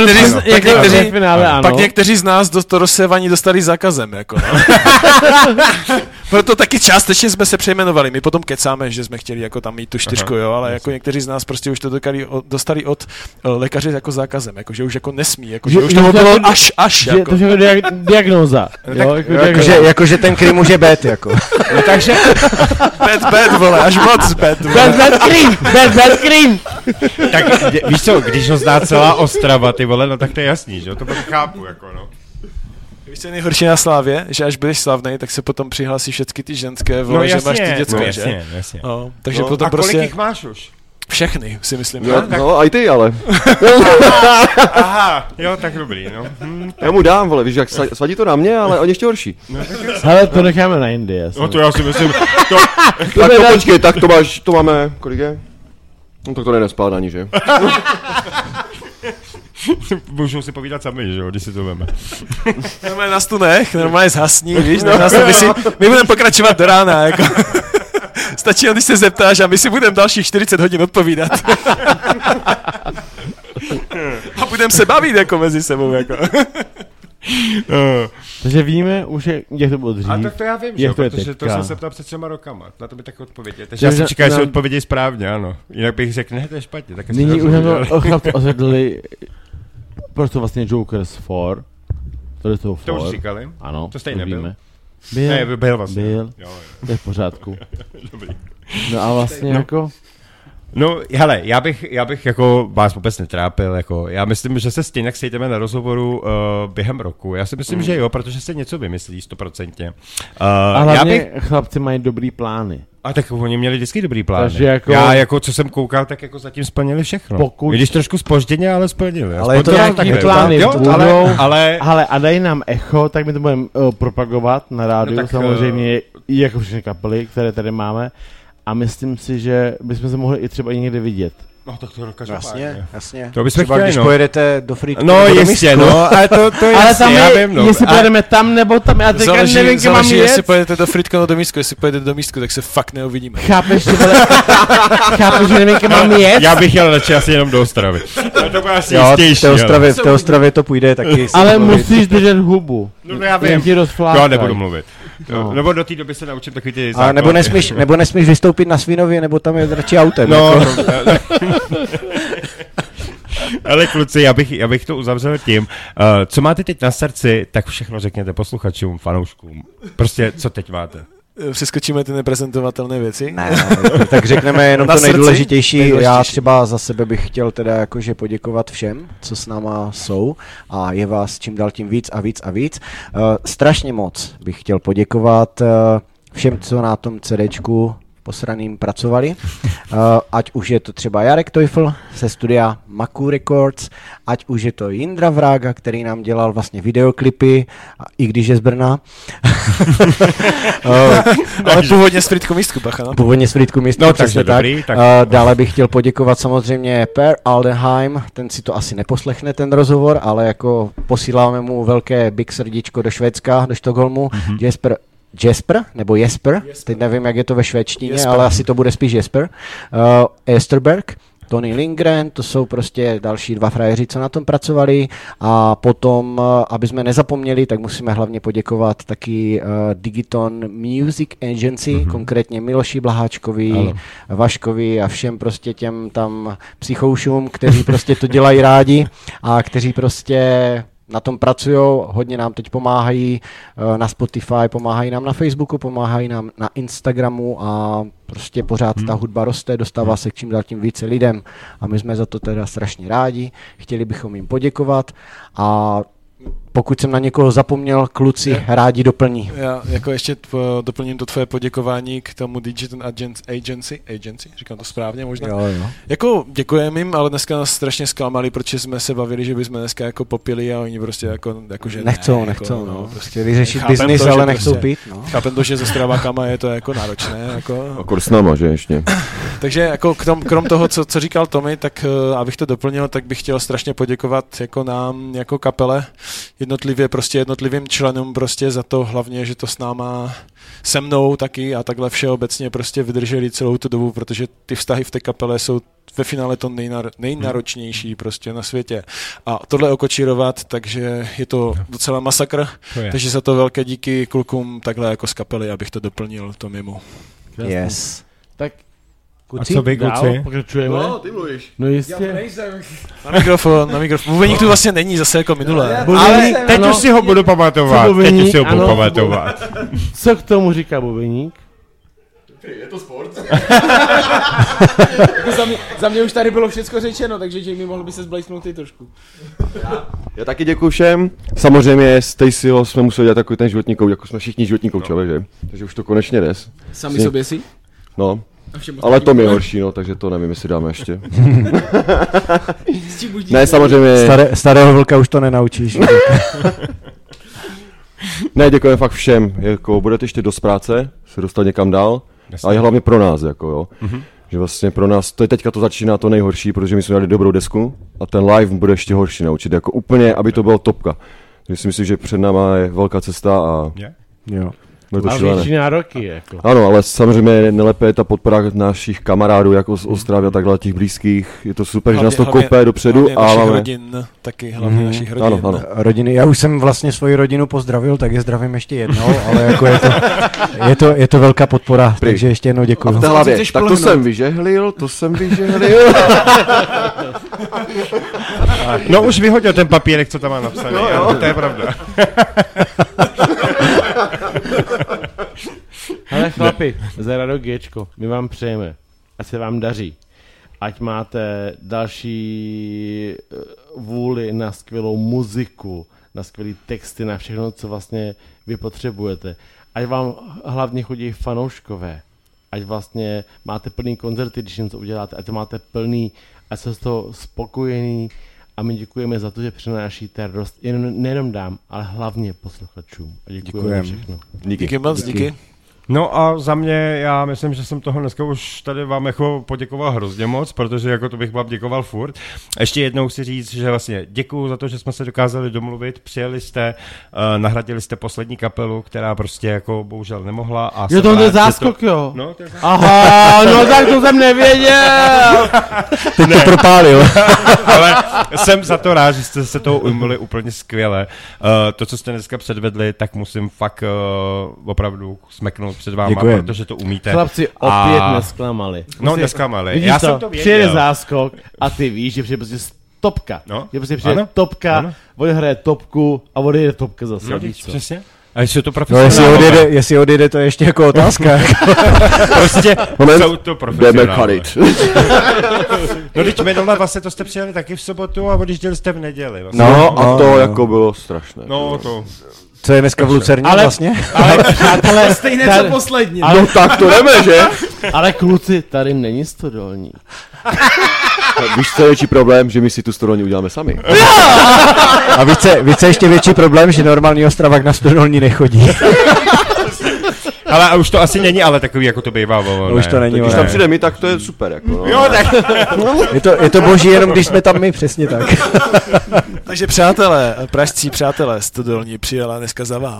pak někteří z nás to rozsevání dostali zákazem, jako, no. Proto taky částečně jsme se přejmenovali. My potom kecáme, že jsme chtěli jako tam mít tu 4, jo, ale jako někteří z nás prostě už to dostali od lékaře jako zákazem, jako že už jako nesmí, jako že už to bylo až jako. To je diagnóza. Jakože ten Cream už je bad, jako. No takže bad, vole, až moc bad, vole. Bad Cream. Tak víš co, když ho zná celá Ostrava, ty vole, no tak to je jasný, že jo, to pak chápu, jako no. Víš, co je nejhorší na Slávě, že až budeš slavnej, tak se potom přihlásí všechny ty ženské, vole, no, jasně, že máš ty dětské, že? Jasně. No, takže no, potom a kolik prostě... jich máš už? Všechny, si myslím. No, no i ty, ale. Aha, jo, tak dobrý, no. Já mu dám, vole, víš, jak svadí to na mě, ale on ještě horší. No, hele, to necháme na jindy, jasně. No to já si myslím, tak to počkej, tak to máme, kolik je? No tak to nejde spát ani, že? Můžou si povídat sami, že jo, když si to veme. Normálně nás tu nech, normálně zhasní, víš, my budeme pokračovat do rána, jako. Stačí, když se zeptáš a my si budeme dalších 40 hodin odpovídat. A budeme se bavit jako mezi sebou, jako. Takže víme už, jak to bylo dřív. A tak to já vím, že protože to jsem se ptal před 3 rokama. Na to by tak odpovědět. Takže já si čekám, že odpovědějí správně, ano. Jinak bych řekl, ne, to je špatně. Tak nyní už nám chlapci osvětlili, proč to vlastně Jokers for. To už říkali? Ano, to stejně nebyl. Byl vlastně. Byl, to je v pořádku. Dobrý. No a vlastně jako... No, hele, já bych jako vás vůbec netrápil, jako, já myslím, že se stejně sejdeme na rozhovoru během roku, já si myslím, že jo, protože se něco vymyslí 100%. A hlavně chlapci mají dobrý plány. A tak oni měli vždycky dobrý plány. Jako... Já jako, co jsem koukal, tak jako zatím splnili všechno. I když trošku zpožděně, ale splnili. Ale je to nějaký plány budou, ale a dají nám echo, tak my to budeme propagovat na rádiu, no samozřejmě, i jako všechny kapely, které tady máme. A myslím si, že bychom se mohli i třeba i někde vidět. No tak to dokážu. Jasně. To bychom třeba chtěli, když pojedete do Frýdku. No jistě, no, ale to je ale jasně, tam já vím, no. Jestli pojedeme tam nebo tam, já teďka nevím, kam mám jet. Jestli pojedete do Frýdku nebo do Místku, jestli pojedete do Místku, tak se fakt neuvidíme. Chápeš, že nevím, kam mám jet? Já bych jel radši asi jenom do Ostravy. To bude asi jistější. V té Ostravě to půjde taky. Ale musíš držet hubu. No já vím. Já nebudu mluvit. No. Nebo do té doby se naučím takový ty základy. Nebo nesmíš vystoupit na Svínově, nebo tam je radši autem. No. Ale kluci, já bych to uzavřel tím, co máte teď na srdci, tak všechno řekněte posluchačům, fanouškům. Prostě, co teď máte? Přeskočíme ty neprezentovatelné věci? Ne, tak řekneme jenom to nejdůležitější. Já třeba za sebe bych chtěl teda jakože poděkovat všem, co s náma jsou a je vás čím dál tím víc a víc a víc. Strašně moc bych chtěl poděkovat všem, co na tom CDčku posraným pracovali. Ať už je to třeba Jarek Teufel ze studia Maku Records, ať už je to Jindra Vrága, který nám dělal vlastně videoklipy, i když je z Brna. Ale původně z Frýdku místku, pacha, no? Původně z Frýdku místku, no, přesně tak. Dobrý, tak. Dále bych chtěl poděkovat samozřejmě Per Aldenheim, ten si to asi neposlechne, ten rozhovor, ale jako posíláme mu velké big srdíčko do Švédska, do Stockholmu. Jesper, nebo Jesper, teď nevím, jak je to ve švédštině, ale asi to bude spíš Jesper. Esterberg, Tony Lindgren, to jsou prostě další dva frajeři, co na tom pracovali. A potom, aby jsme nezapomněli, tak musíme hlavně poděkovat taky Digiton Music Agency, konkrétně Miloši Blaháčkovi, Vaškovi a všem prostě těm tam psychoušům, kteří prostě to dělají rádi a kteří prostě na tom pracujou, hodně nám teď pomáhají na Spotify, pomáhají nám na Facebooku, pomáhají nám na Instagramu a prostě pořád ta hudba roste, dostává se k čím dál tím více lidem a my jsme za to teda strašně rádi, chtěli bychom jim poděkovat a pokud jsem na někoho zapomněl, kluci rádi doplní. Já jako ještě doplním to tvoje poděkování k tomu Digital Agency, říkám to správně možná. Jo. Jako děkujeme jim, ale dneska nás strašně zklamali, protože jsme se bavili, že bychom dneska jako popili a oni prostě jako že nechcou, no. Prostě chtěli řešit biznis, ale nechcou prostě, pít, no. Chápem to, že se Stravackama je to jako náročné, jako. Akor s náma, že ještě. Takže jako krom toho, co říkal Tommy, tak abych to doplnil, tak bych chtěl strašně poděkovat jako nám, jako kapele, jednotlivým členům prostě za to hlavně, že to s náma se mnou taky a takhle všeobecně prostě vydrželi celou tu dobu, protože ty vztahy v té kapele jsou ve finále to nejnáročnější prostě na světě. A tohle okočírovat, takže je to docela masakr, takže za to velké díky klukům takhle jako z kapely, abych to doplnil to mimo. Yes. Tak Kuci? A co vy, kluci? Pokračujeme? No, ty mluvíš. No jistě. Na mikrofon. Bubeník tu vlastně není zase jako minulé. Ale teď už si ho budu pamatovat. Co k tomu říká Bubeník? Je to sport. Za mě už tady bylo všecko řečeno, takže Jamie, mohl by se zblejsnout ty trošku. Já taky děkuju všem. Samozřejmě Stacyho jsme museli dělat takový ten životní kouč, jako jsme všichni životní koučové, že? Takže už to konečně jde. Sami sobě si? No. Ale to mi je horší, no, takže to nevím, jestli dáme ještě. Ne, samozřejmě. Starého vlka už to nenaučíš. Ne, děkujeme fakt všem, jako budete ještě dost práce, se dostat někam dál, ale je hlavně pro nás, jako jo. Že vlastně pro nás, to je teďka to začíná to nejhorší, protože my jsme dali dobrou desku a ten live bude ještě horší naučit, jako úplně, aby to bylo topka. Takže si myslím, že před náma je velká cesta a jo. A větší nároky, jako. Ano, ale samozřejmě nejlépe je ta podpora našich kamarádů, jako z Ostravy a takhle, těch blízkých. Je to super, že nás to kope dopředu. A našich rodin, taky hlavně našich rodin. Ano. Rodiny, já už jsem vlastně svoji rodinu pozdravil, tak je zdravím ještě jednou, ale jako je to velká podpora, takže ještě jednou děkuju. A v té hlavě, tak to jsem vyžehlil. No už vyhodil ten papírek, co tam má napsaný, to je pravda. Ale chlapi, za Radio Gčko, my vám přejeme, ať se vám daří, ať máte další vůli na skvělou muziku, na skvělý texty, na všechno, co vlastně vy potřebujete. Ať vám hlavně chodí fanouškové, ať vlastně máte plný koncerty, když něco uděláte, ať to máte plný, ať jste z toho spokojený a my děkujeme za to, že přinášíte radost nejenom dám, ale hlavně posluchačům. A děkujeme všechno. Díky moc, díky. No a za mě, já myslím, že jsem toho dneska už tady vám jako poděkoval hrozně moc, protože jako to bych vám děkoval furt. Ještě jednou si říct, že vlastně děkuju za to, že jsme se dokázali domluvit, přijeli jste, nahradili jste poslední kapelu, která prostě jako bohužel nemohla. A jo, to je záskok, jo. No, to je záskok. Aha, no tak to jsem nevěděl. Teď to propálil. Ale jsem za to rád, že jste se toho ujmuli úplně skvěle. To, co jste dneska předvedli, tak musím fakt opravdu smeknout před váma, protože to umíte. Chlapci opět nesklamali. No, nesklamali. Vidíš já jsem to věděl. Přijede záskok a ty víš, že přijde prostě topka. No. Že prostě přijde topka, odehraje topku a odejde topka zase. No, přesně. A jestli to profesionálové. No, jestli odjede, to je ještě jako otázka. Prostě jsou to profesionálové. No, teď minule vlastně to jste přijeli taky v sobotu a odjížděli jste v neděli. Vlastně. No a to jako bylo strašné. No to... Co je dneska v Lucerně vlastně? Ale přátelé, stejné co poslední. No tak to jdeme, že? Ale kluci, tady není stodolní. Víš, co je větší problém, že my si tu stodolní uděláme sami. A víc ještě větší problém, že normální Ostravák na stodolní nechodí. Ale a už to asi není, ale takový, jako to bývalo. Už to není. Když tam přijde my, tak to je super. Jako, no. Jo, tak. Je to boží, jenom když jsme tam my, přesně tak. Takže přátelé, pražští přátelé, stodolní přijela dneska za vámi.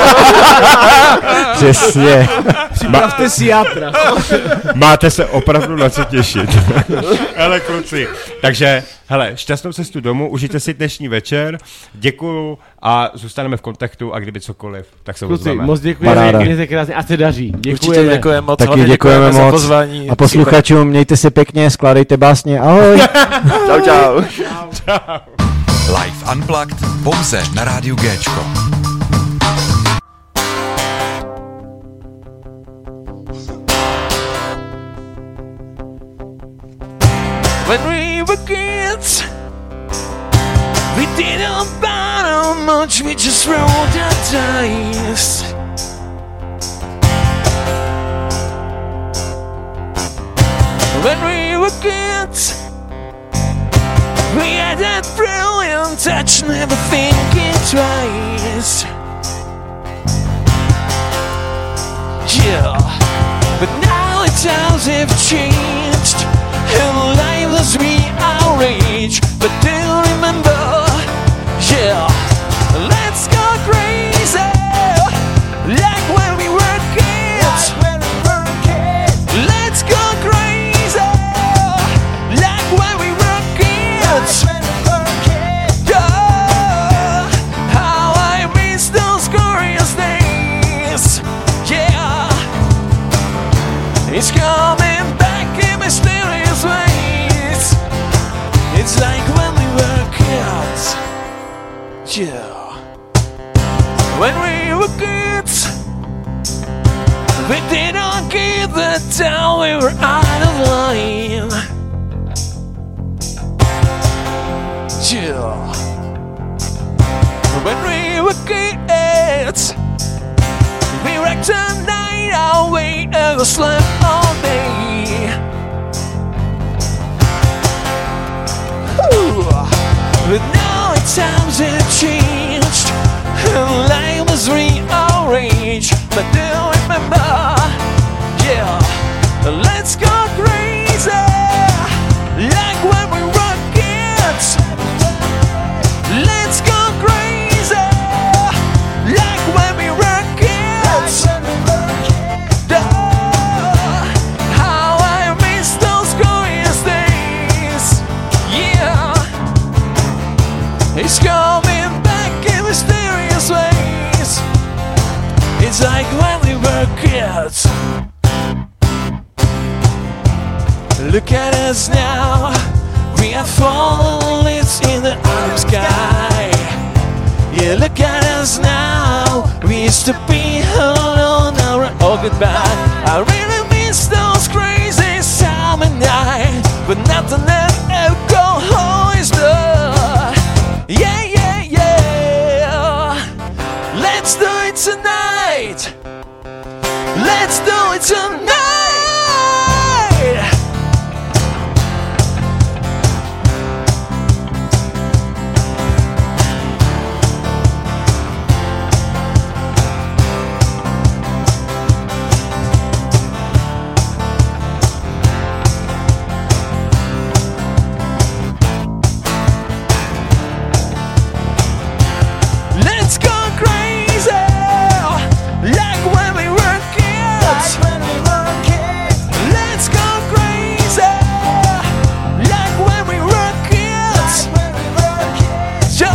Přesně. Připravte si játra. Máte se opravdu na co těšit. Hele, kluci. Takže, hele, šťastnou cestu domů, užijte si dnešní večer, děkuju a zůstaneme v kontaktu a kdyby cokoliv, tak se Kluci, ozveme. moc děkujeme, mějte krásně a se daří. Určitě děkujeme moc. Taky děkujeme za moc. pozvání. A posluchačům, mějte se pěkně, skládejte básně, ahoj. Čau. Live Unplugged pouze na rádiu Géčko. When we were kids, we didn't matter much, we just rolled the dice. When we were kids, we had that brilliant touch, never thinking twice. Yeah, but now the times have changed and life has rearranged. But do remember, yeah, let's go crazy, like when we were kids. Let's go crazy, like when we were kids. Yeah, how I miss those glorious days. Yeah, it's coming back in mysterious ways. It's like when we were kids. Yeah, when we were kids, we didn't give the time, we were out of line. Yeah, when we were kids, we wrecked the night away and slept all day. Ooh. But now times have changed and life was rearranged. But do remember, yeah, let's go crazy, like when we were kids. Let's go crazy, like when we were kids. How I miss those glorious days. Yeah, it's coming back in mysterious ways. It's like when we were kids. Look at us now, we are fallen leaves in the autumn sky. Yeah, look at us now, we used to be alone, now we're all goodbye. I really miss those crazy summer nights, but nothing that alcohol is done. Yeah, yeah, yeah, let's do it tonight. Let's do it tonight. Let's go crazy, like when we were kids. Let's go crazy, like when we were kids. Yeah,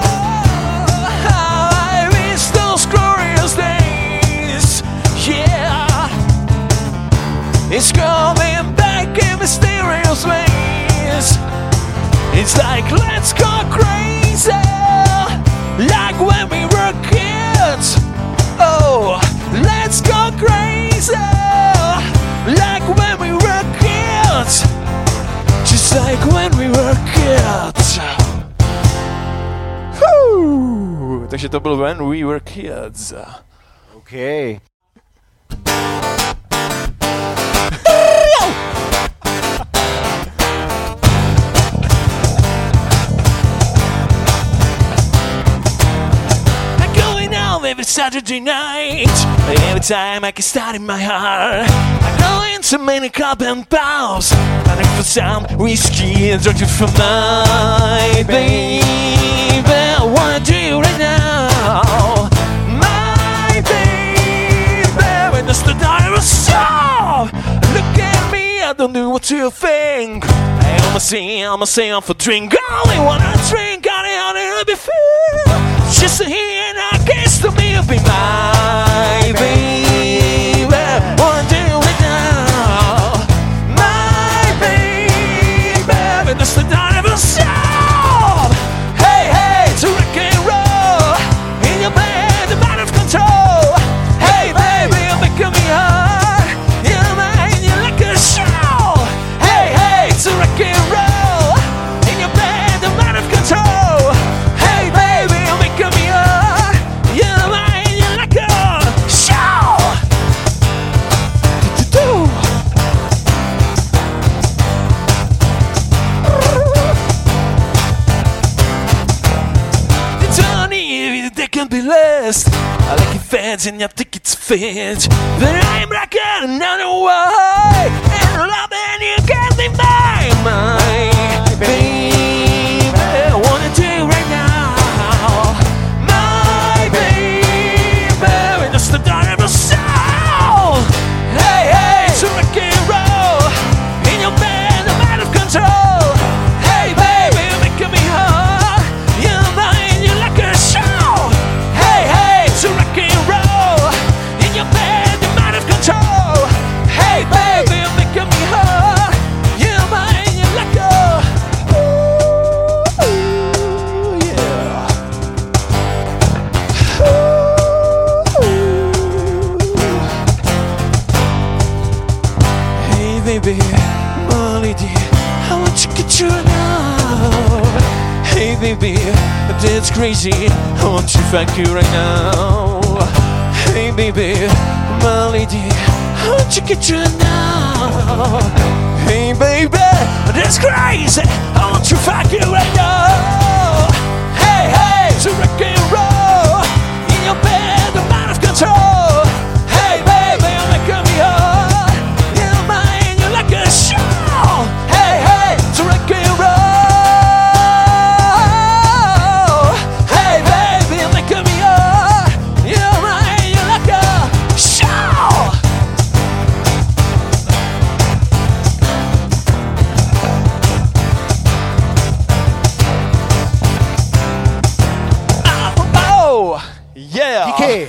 how I miss those glorious days. Yeah, it's coming back in mysterious ways. It's like let's go crazy, like when we were kids. Oh, let's go crazy, like when we were kids. Just like when we were kids. Woo! takže to byl When We Were Kids. Okay. Every Saturday night, every time I get started in my heart, I go into many club and bars, looking for some whiskey and drink it from my baby. I wanna do you right now, my baby. When the star is so, look at me, I don't know what you think. I'm a say I'm for drink, only wanna drink, I'll be filled. Just here and I guess to me be my baby. Wanna do it now, my baby. But that's the night of a song. Hey, hey, to rock and roll in your bed, the man of control. Hey, baby, you're making me hard. You're mine, you like a show. Hey, hey, to rock and roll in your bed, the man of control. Hey, baby, you're making me hard. You're mine, you like a show. They can be less. I like it fans and I think it's fit. But I'm like another way. And love and you can't be my baby. I wanna do right now, my baby. That's the dawn of a soul. Hey, hey, to rock and roll in your bed, I'm out of control. Hey, baby, you're making me hard. You're mine, you like a show. Hey, hey, to rock and roll in your bed, I'm out of control. Hey, baby, you're making me hard. You're mine, you like a ooh, yeah. Hey, baby, my lady, I want you to get you now. Hey, baby, that's crazy. I want to fuck you right now. Hey, baby, my lady, I want you to get you now. Hey, baby, that's crazy. I want to fuck you right now. Hey, hey, to rock and roll in your bed, I'm out of control. Hey, baby, you're making me hard. You're mine, you like a show. Hey, hey, to rock and roll. Hey, baby, you're making me hard. You're mine, you like a show. Oh, yeah. DK.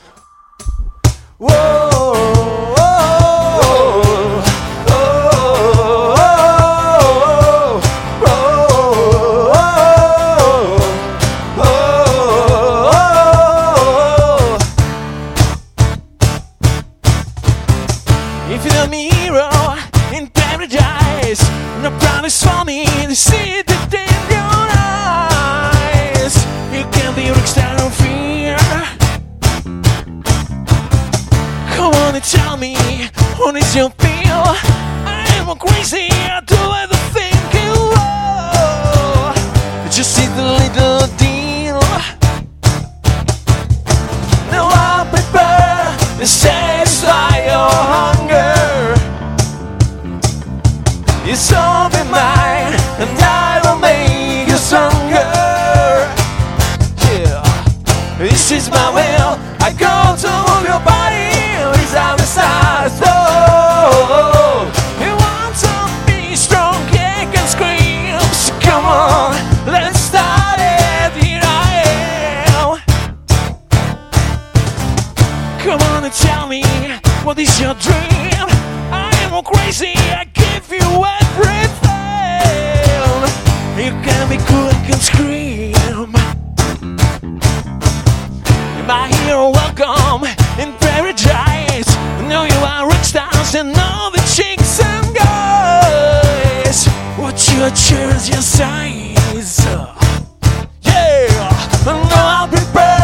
If you're the mirror in paradise, no promise for me to see it in your eyes. You can be a rockstar of fear. Come on and tell me, what is your feel? I'm crazy, I do everything you want. Just see the little deal. Now I'll prepare to satisfy your hunger. It's all be mine, and I will make you stronger. Yeah, this is my will. I go to move your body without the size. Oh, you want to be strong, kick and scream. So come on, let's start it. Here I am. Come on and tell me, what is your dream? I am crazy, I give you everything. You can be quick and scream. My hero, welcome in paradise. I know you are rock stars and all the chicks and guys. What's your choose your size? Yeah, I know I'll prepare.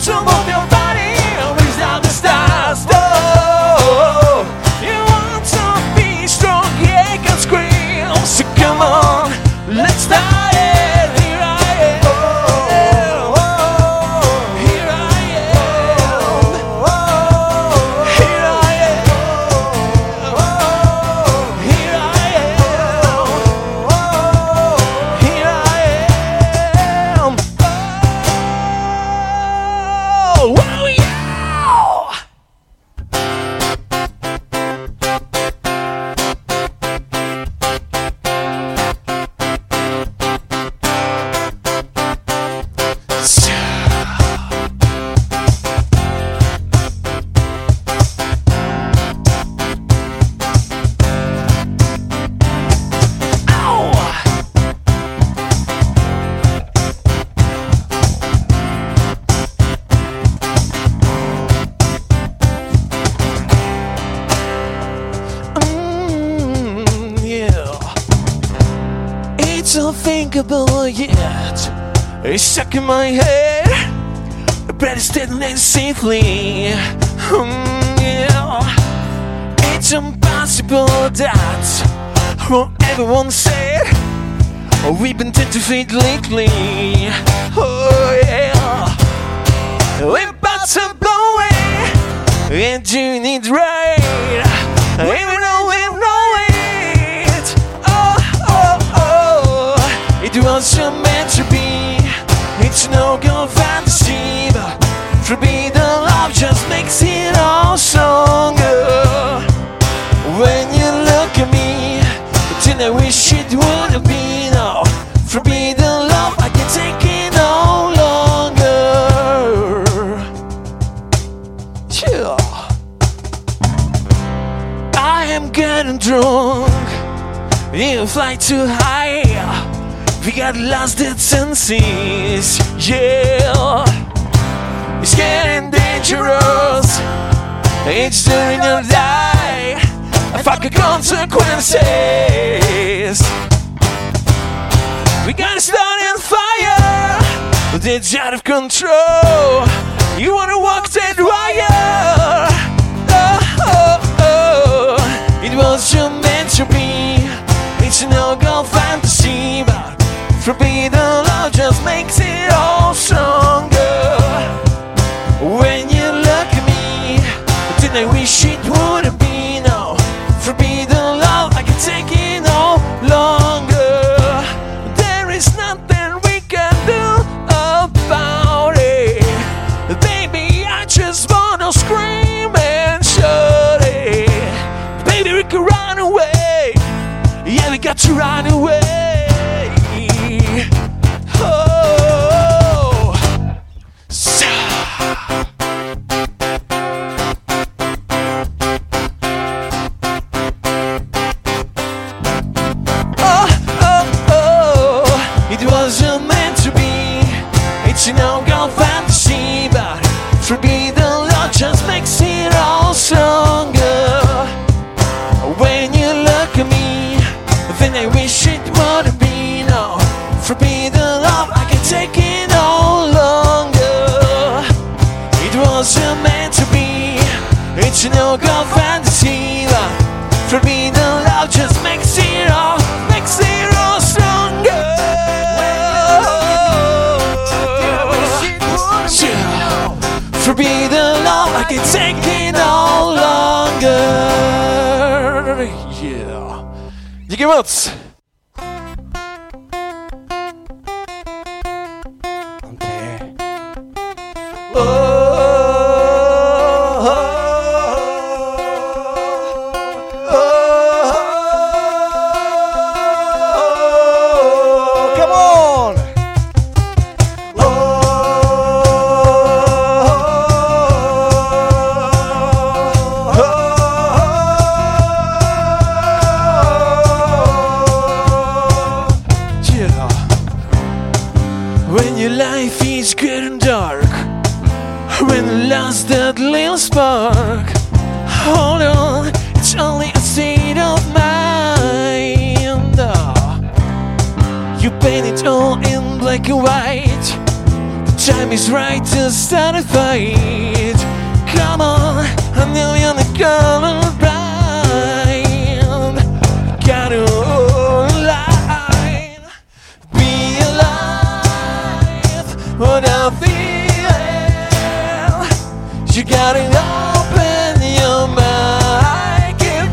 want to move your body without the stars. Oh, you want to be strong, yeah, can scream. So come on, let's start it. Here I am. Here I am. Here I am. Here I am. Here I am. Oh, wow, yeah. Yeah. It's unthinkable yet. It's stuck in my head. But it's deadly safely. Yeah. It's impossible that what everyone said. Oh, we've been tenterfeet lately. Oh yeah. We're about to blow it. And doing it right. Even though we know it. Oh, oh, oh. It was meant to be. It's no good fantasy. But forbidden love just makes it all stronger. When you look at me, then I wish it would have been. Oh, forbidden love, I can take it no longer. Yeah. I am getting drunk. You fly too high. We got lost its senses. Yeah. It's getting dangerous. It's doing or die. Fuck the consequences. We gotta start in fire. But it's out of control. You wanna walk that wire. Oh, oh, oh. It was just meant to be. It's no good fantasy. But forbidden love just makes it all stronger. When you look at me, then I wish it would have been. No, forbidden love, I can take it no longer. There is nothing we can do about it. Baby, I just wanna scream and shout it. Baby, we can run away. Yeah, we got to run away. Oh, so. Oh, oh, oh, it wasn't meant to be. It's an no-go fantasy, but forbidden love just makes it all stronger. When you look at me, then I wish it would have been. No, forbidden love, I can take it no longer. It wasn't meant to be. It's a no-go fantasy, but forbidden love just makes it all stronger. Yeah. Forbidden love, I can take it no longer. Yeah. Díky moc. Come on! Yeah. When your life is getting dark, when you lost that little spark, hold on, it's only a state of mind. You paint it all in black and white. The time is right to start a fight. Come on, I know you're the color blind. Gotta line, be alive without feeling. You gotta open your mind, keep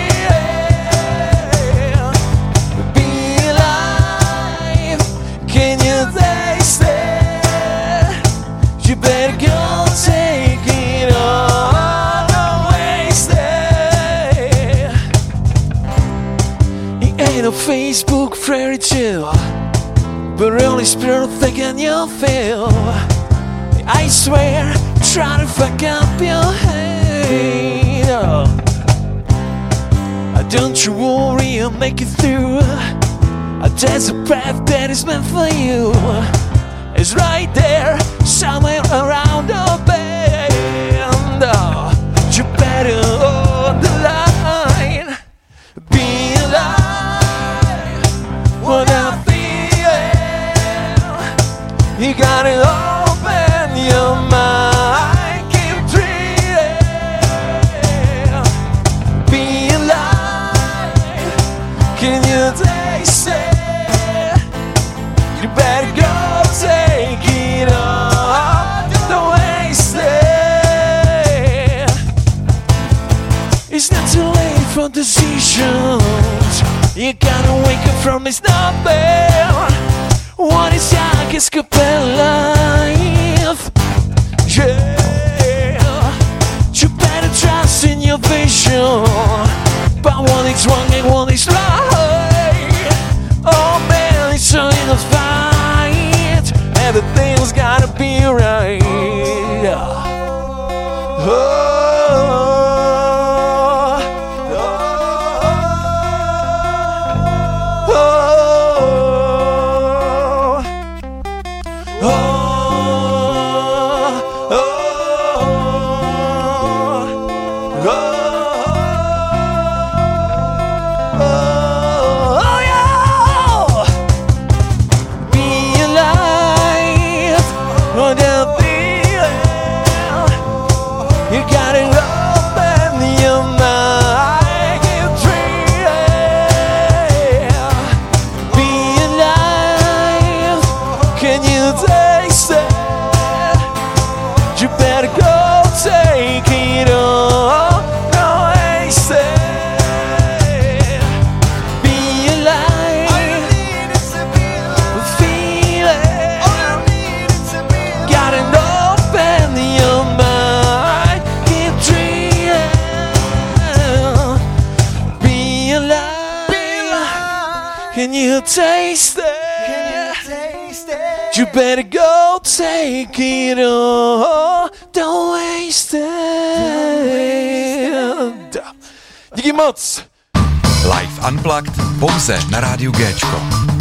dreaming. Be alive, can you taste it? You better go take it all, don't waste it. It ain't a Facebook fairy tale, but really spirit thinking you'll fail. I swear, try to fuck up your head. Don't you worry, I'll make it through. There's a path that is meant for you. It's right there, somewhere around the bend. You better hold the line. Be alive without feeling. You gotta open your mind, keep dreaming. Be alive, can you taste it? You better go take it all, don't waste it. It's not too late for decisions. You gotta wake up from this number. What is young is life. Yeah, you better trust in your vision. But one is wrong and one is right. Oh man, it's so in a fight. Everything's gotta be right. Oh. Can you taste it? You better go take it all. Don't waste it. Díky moc. Live Unplugged pouze na rádiu Géčko.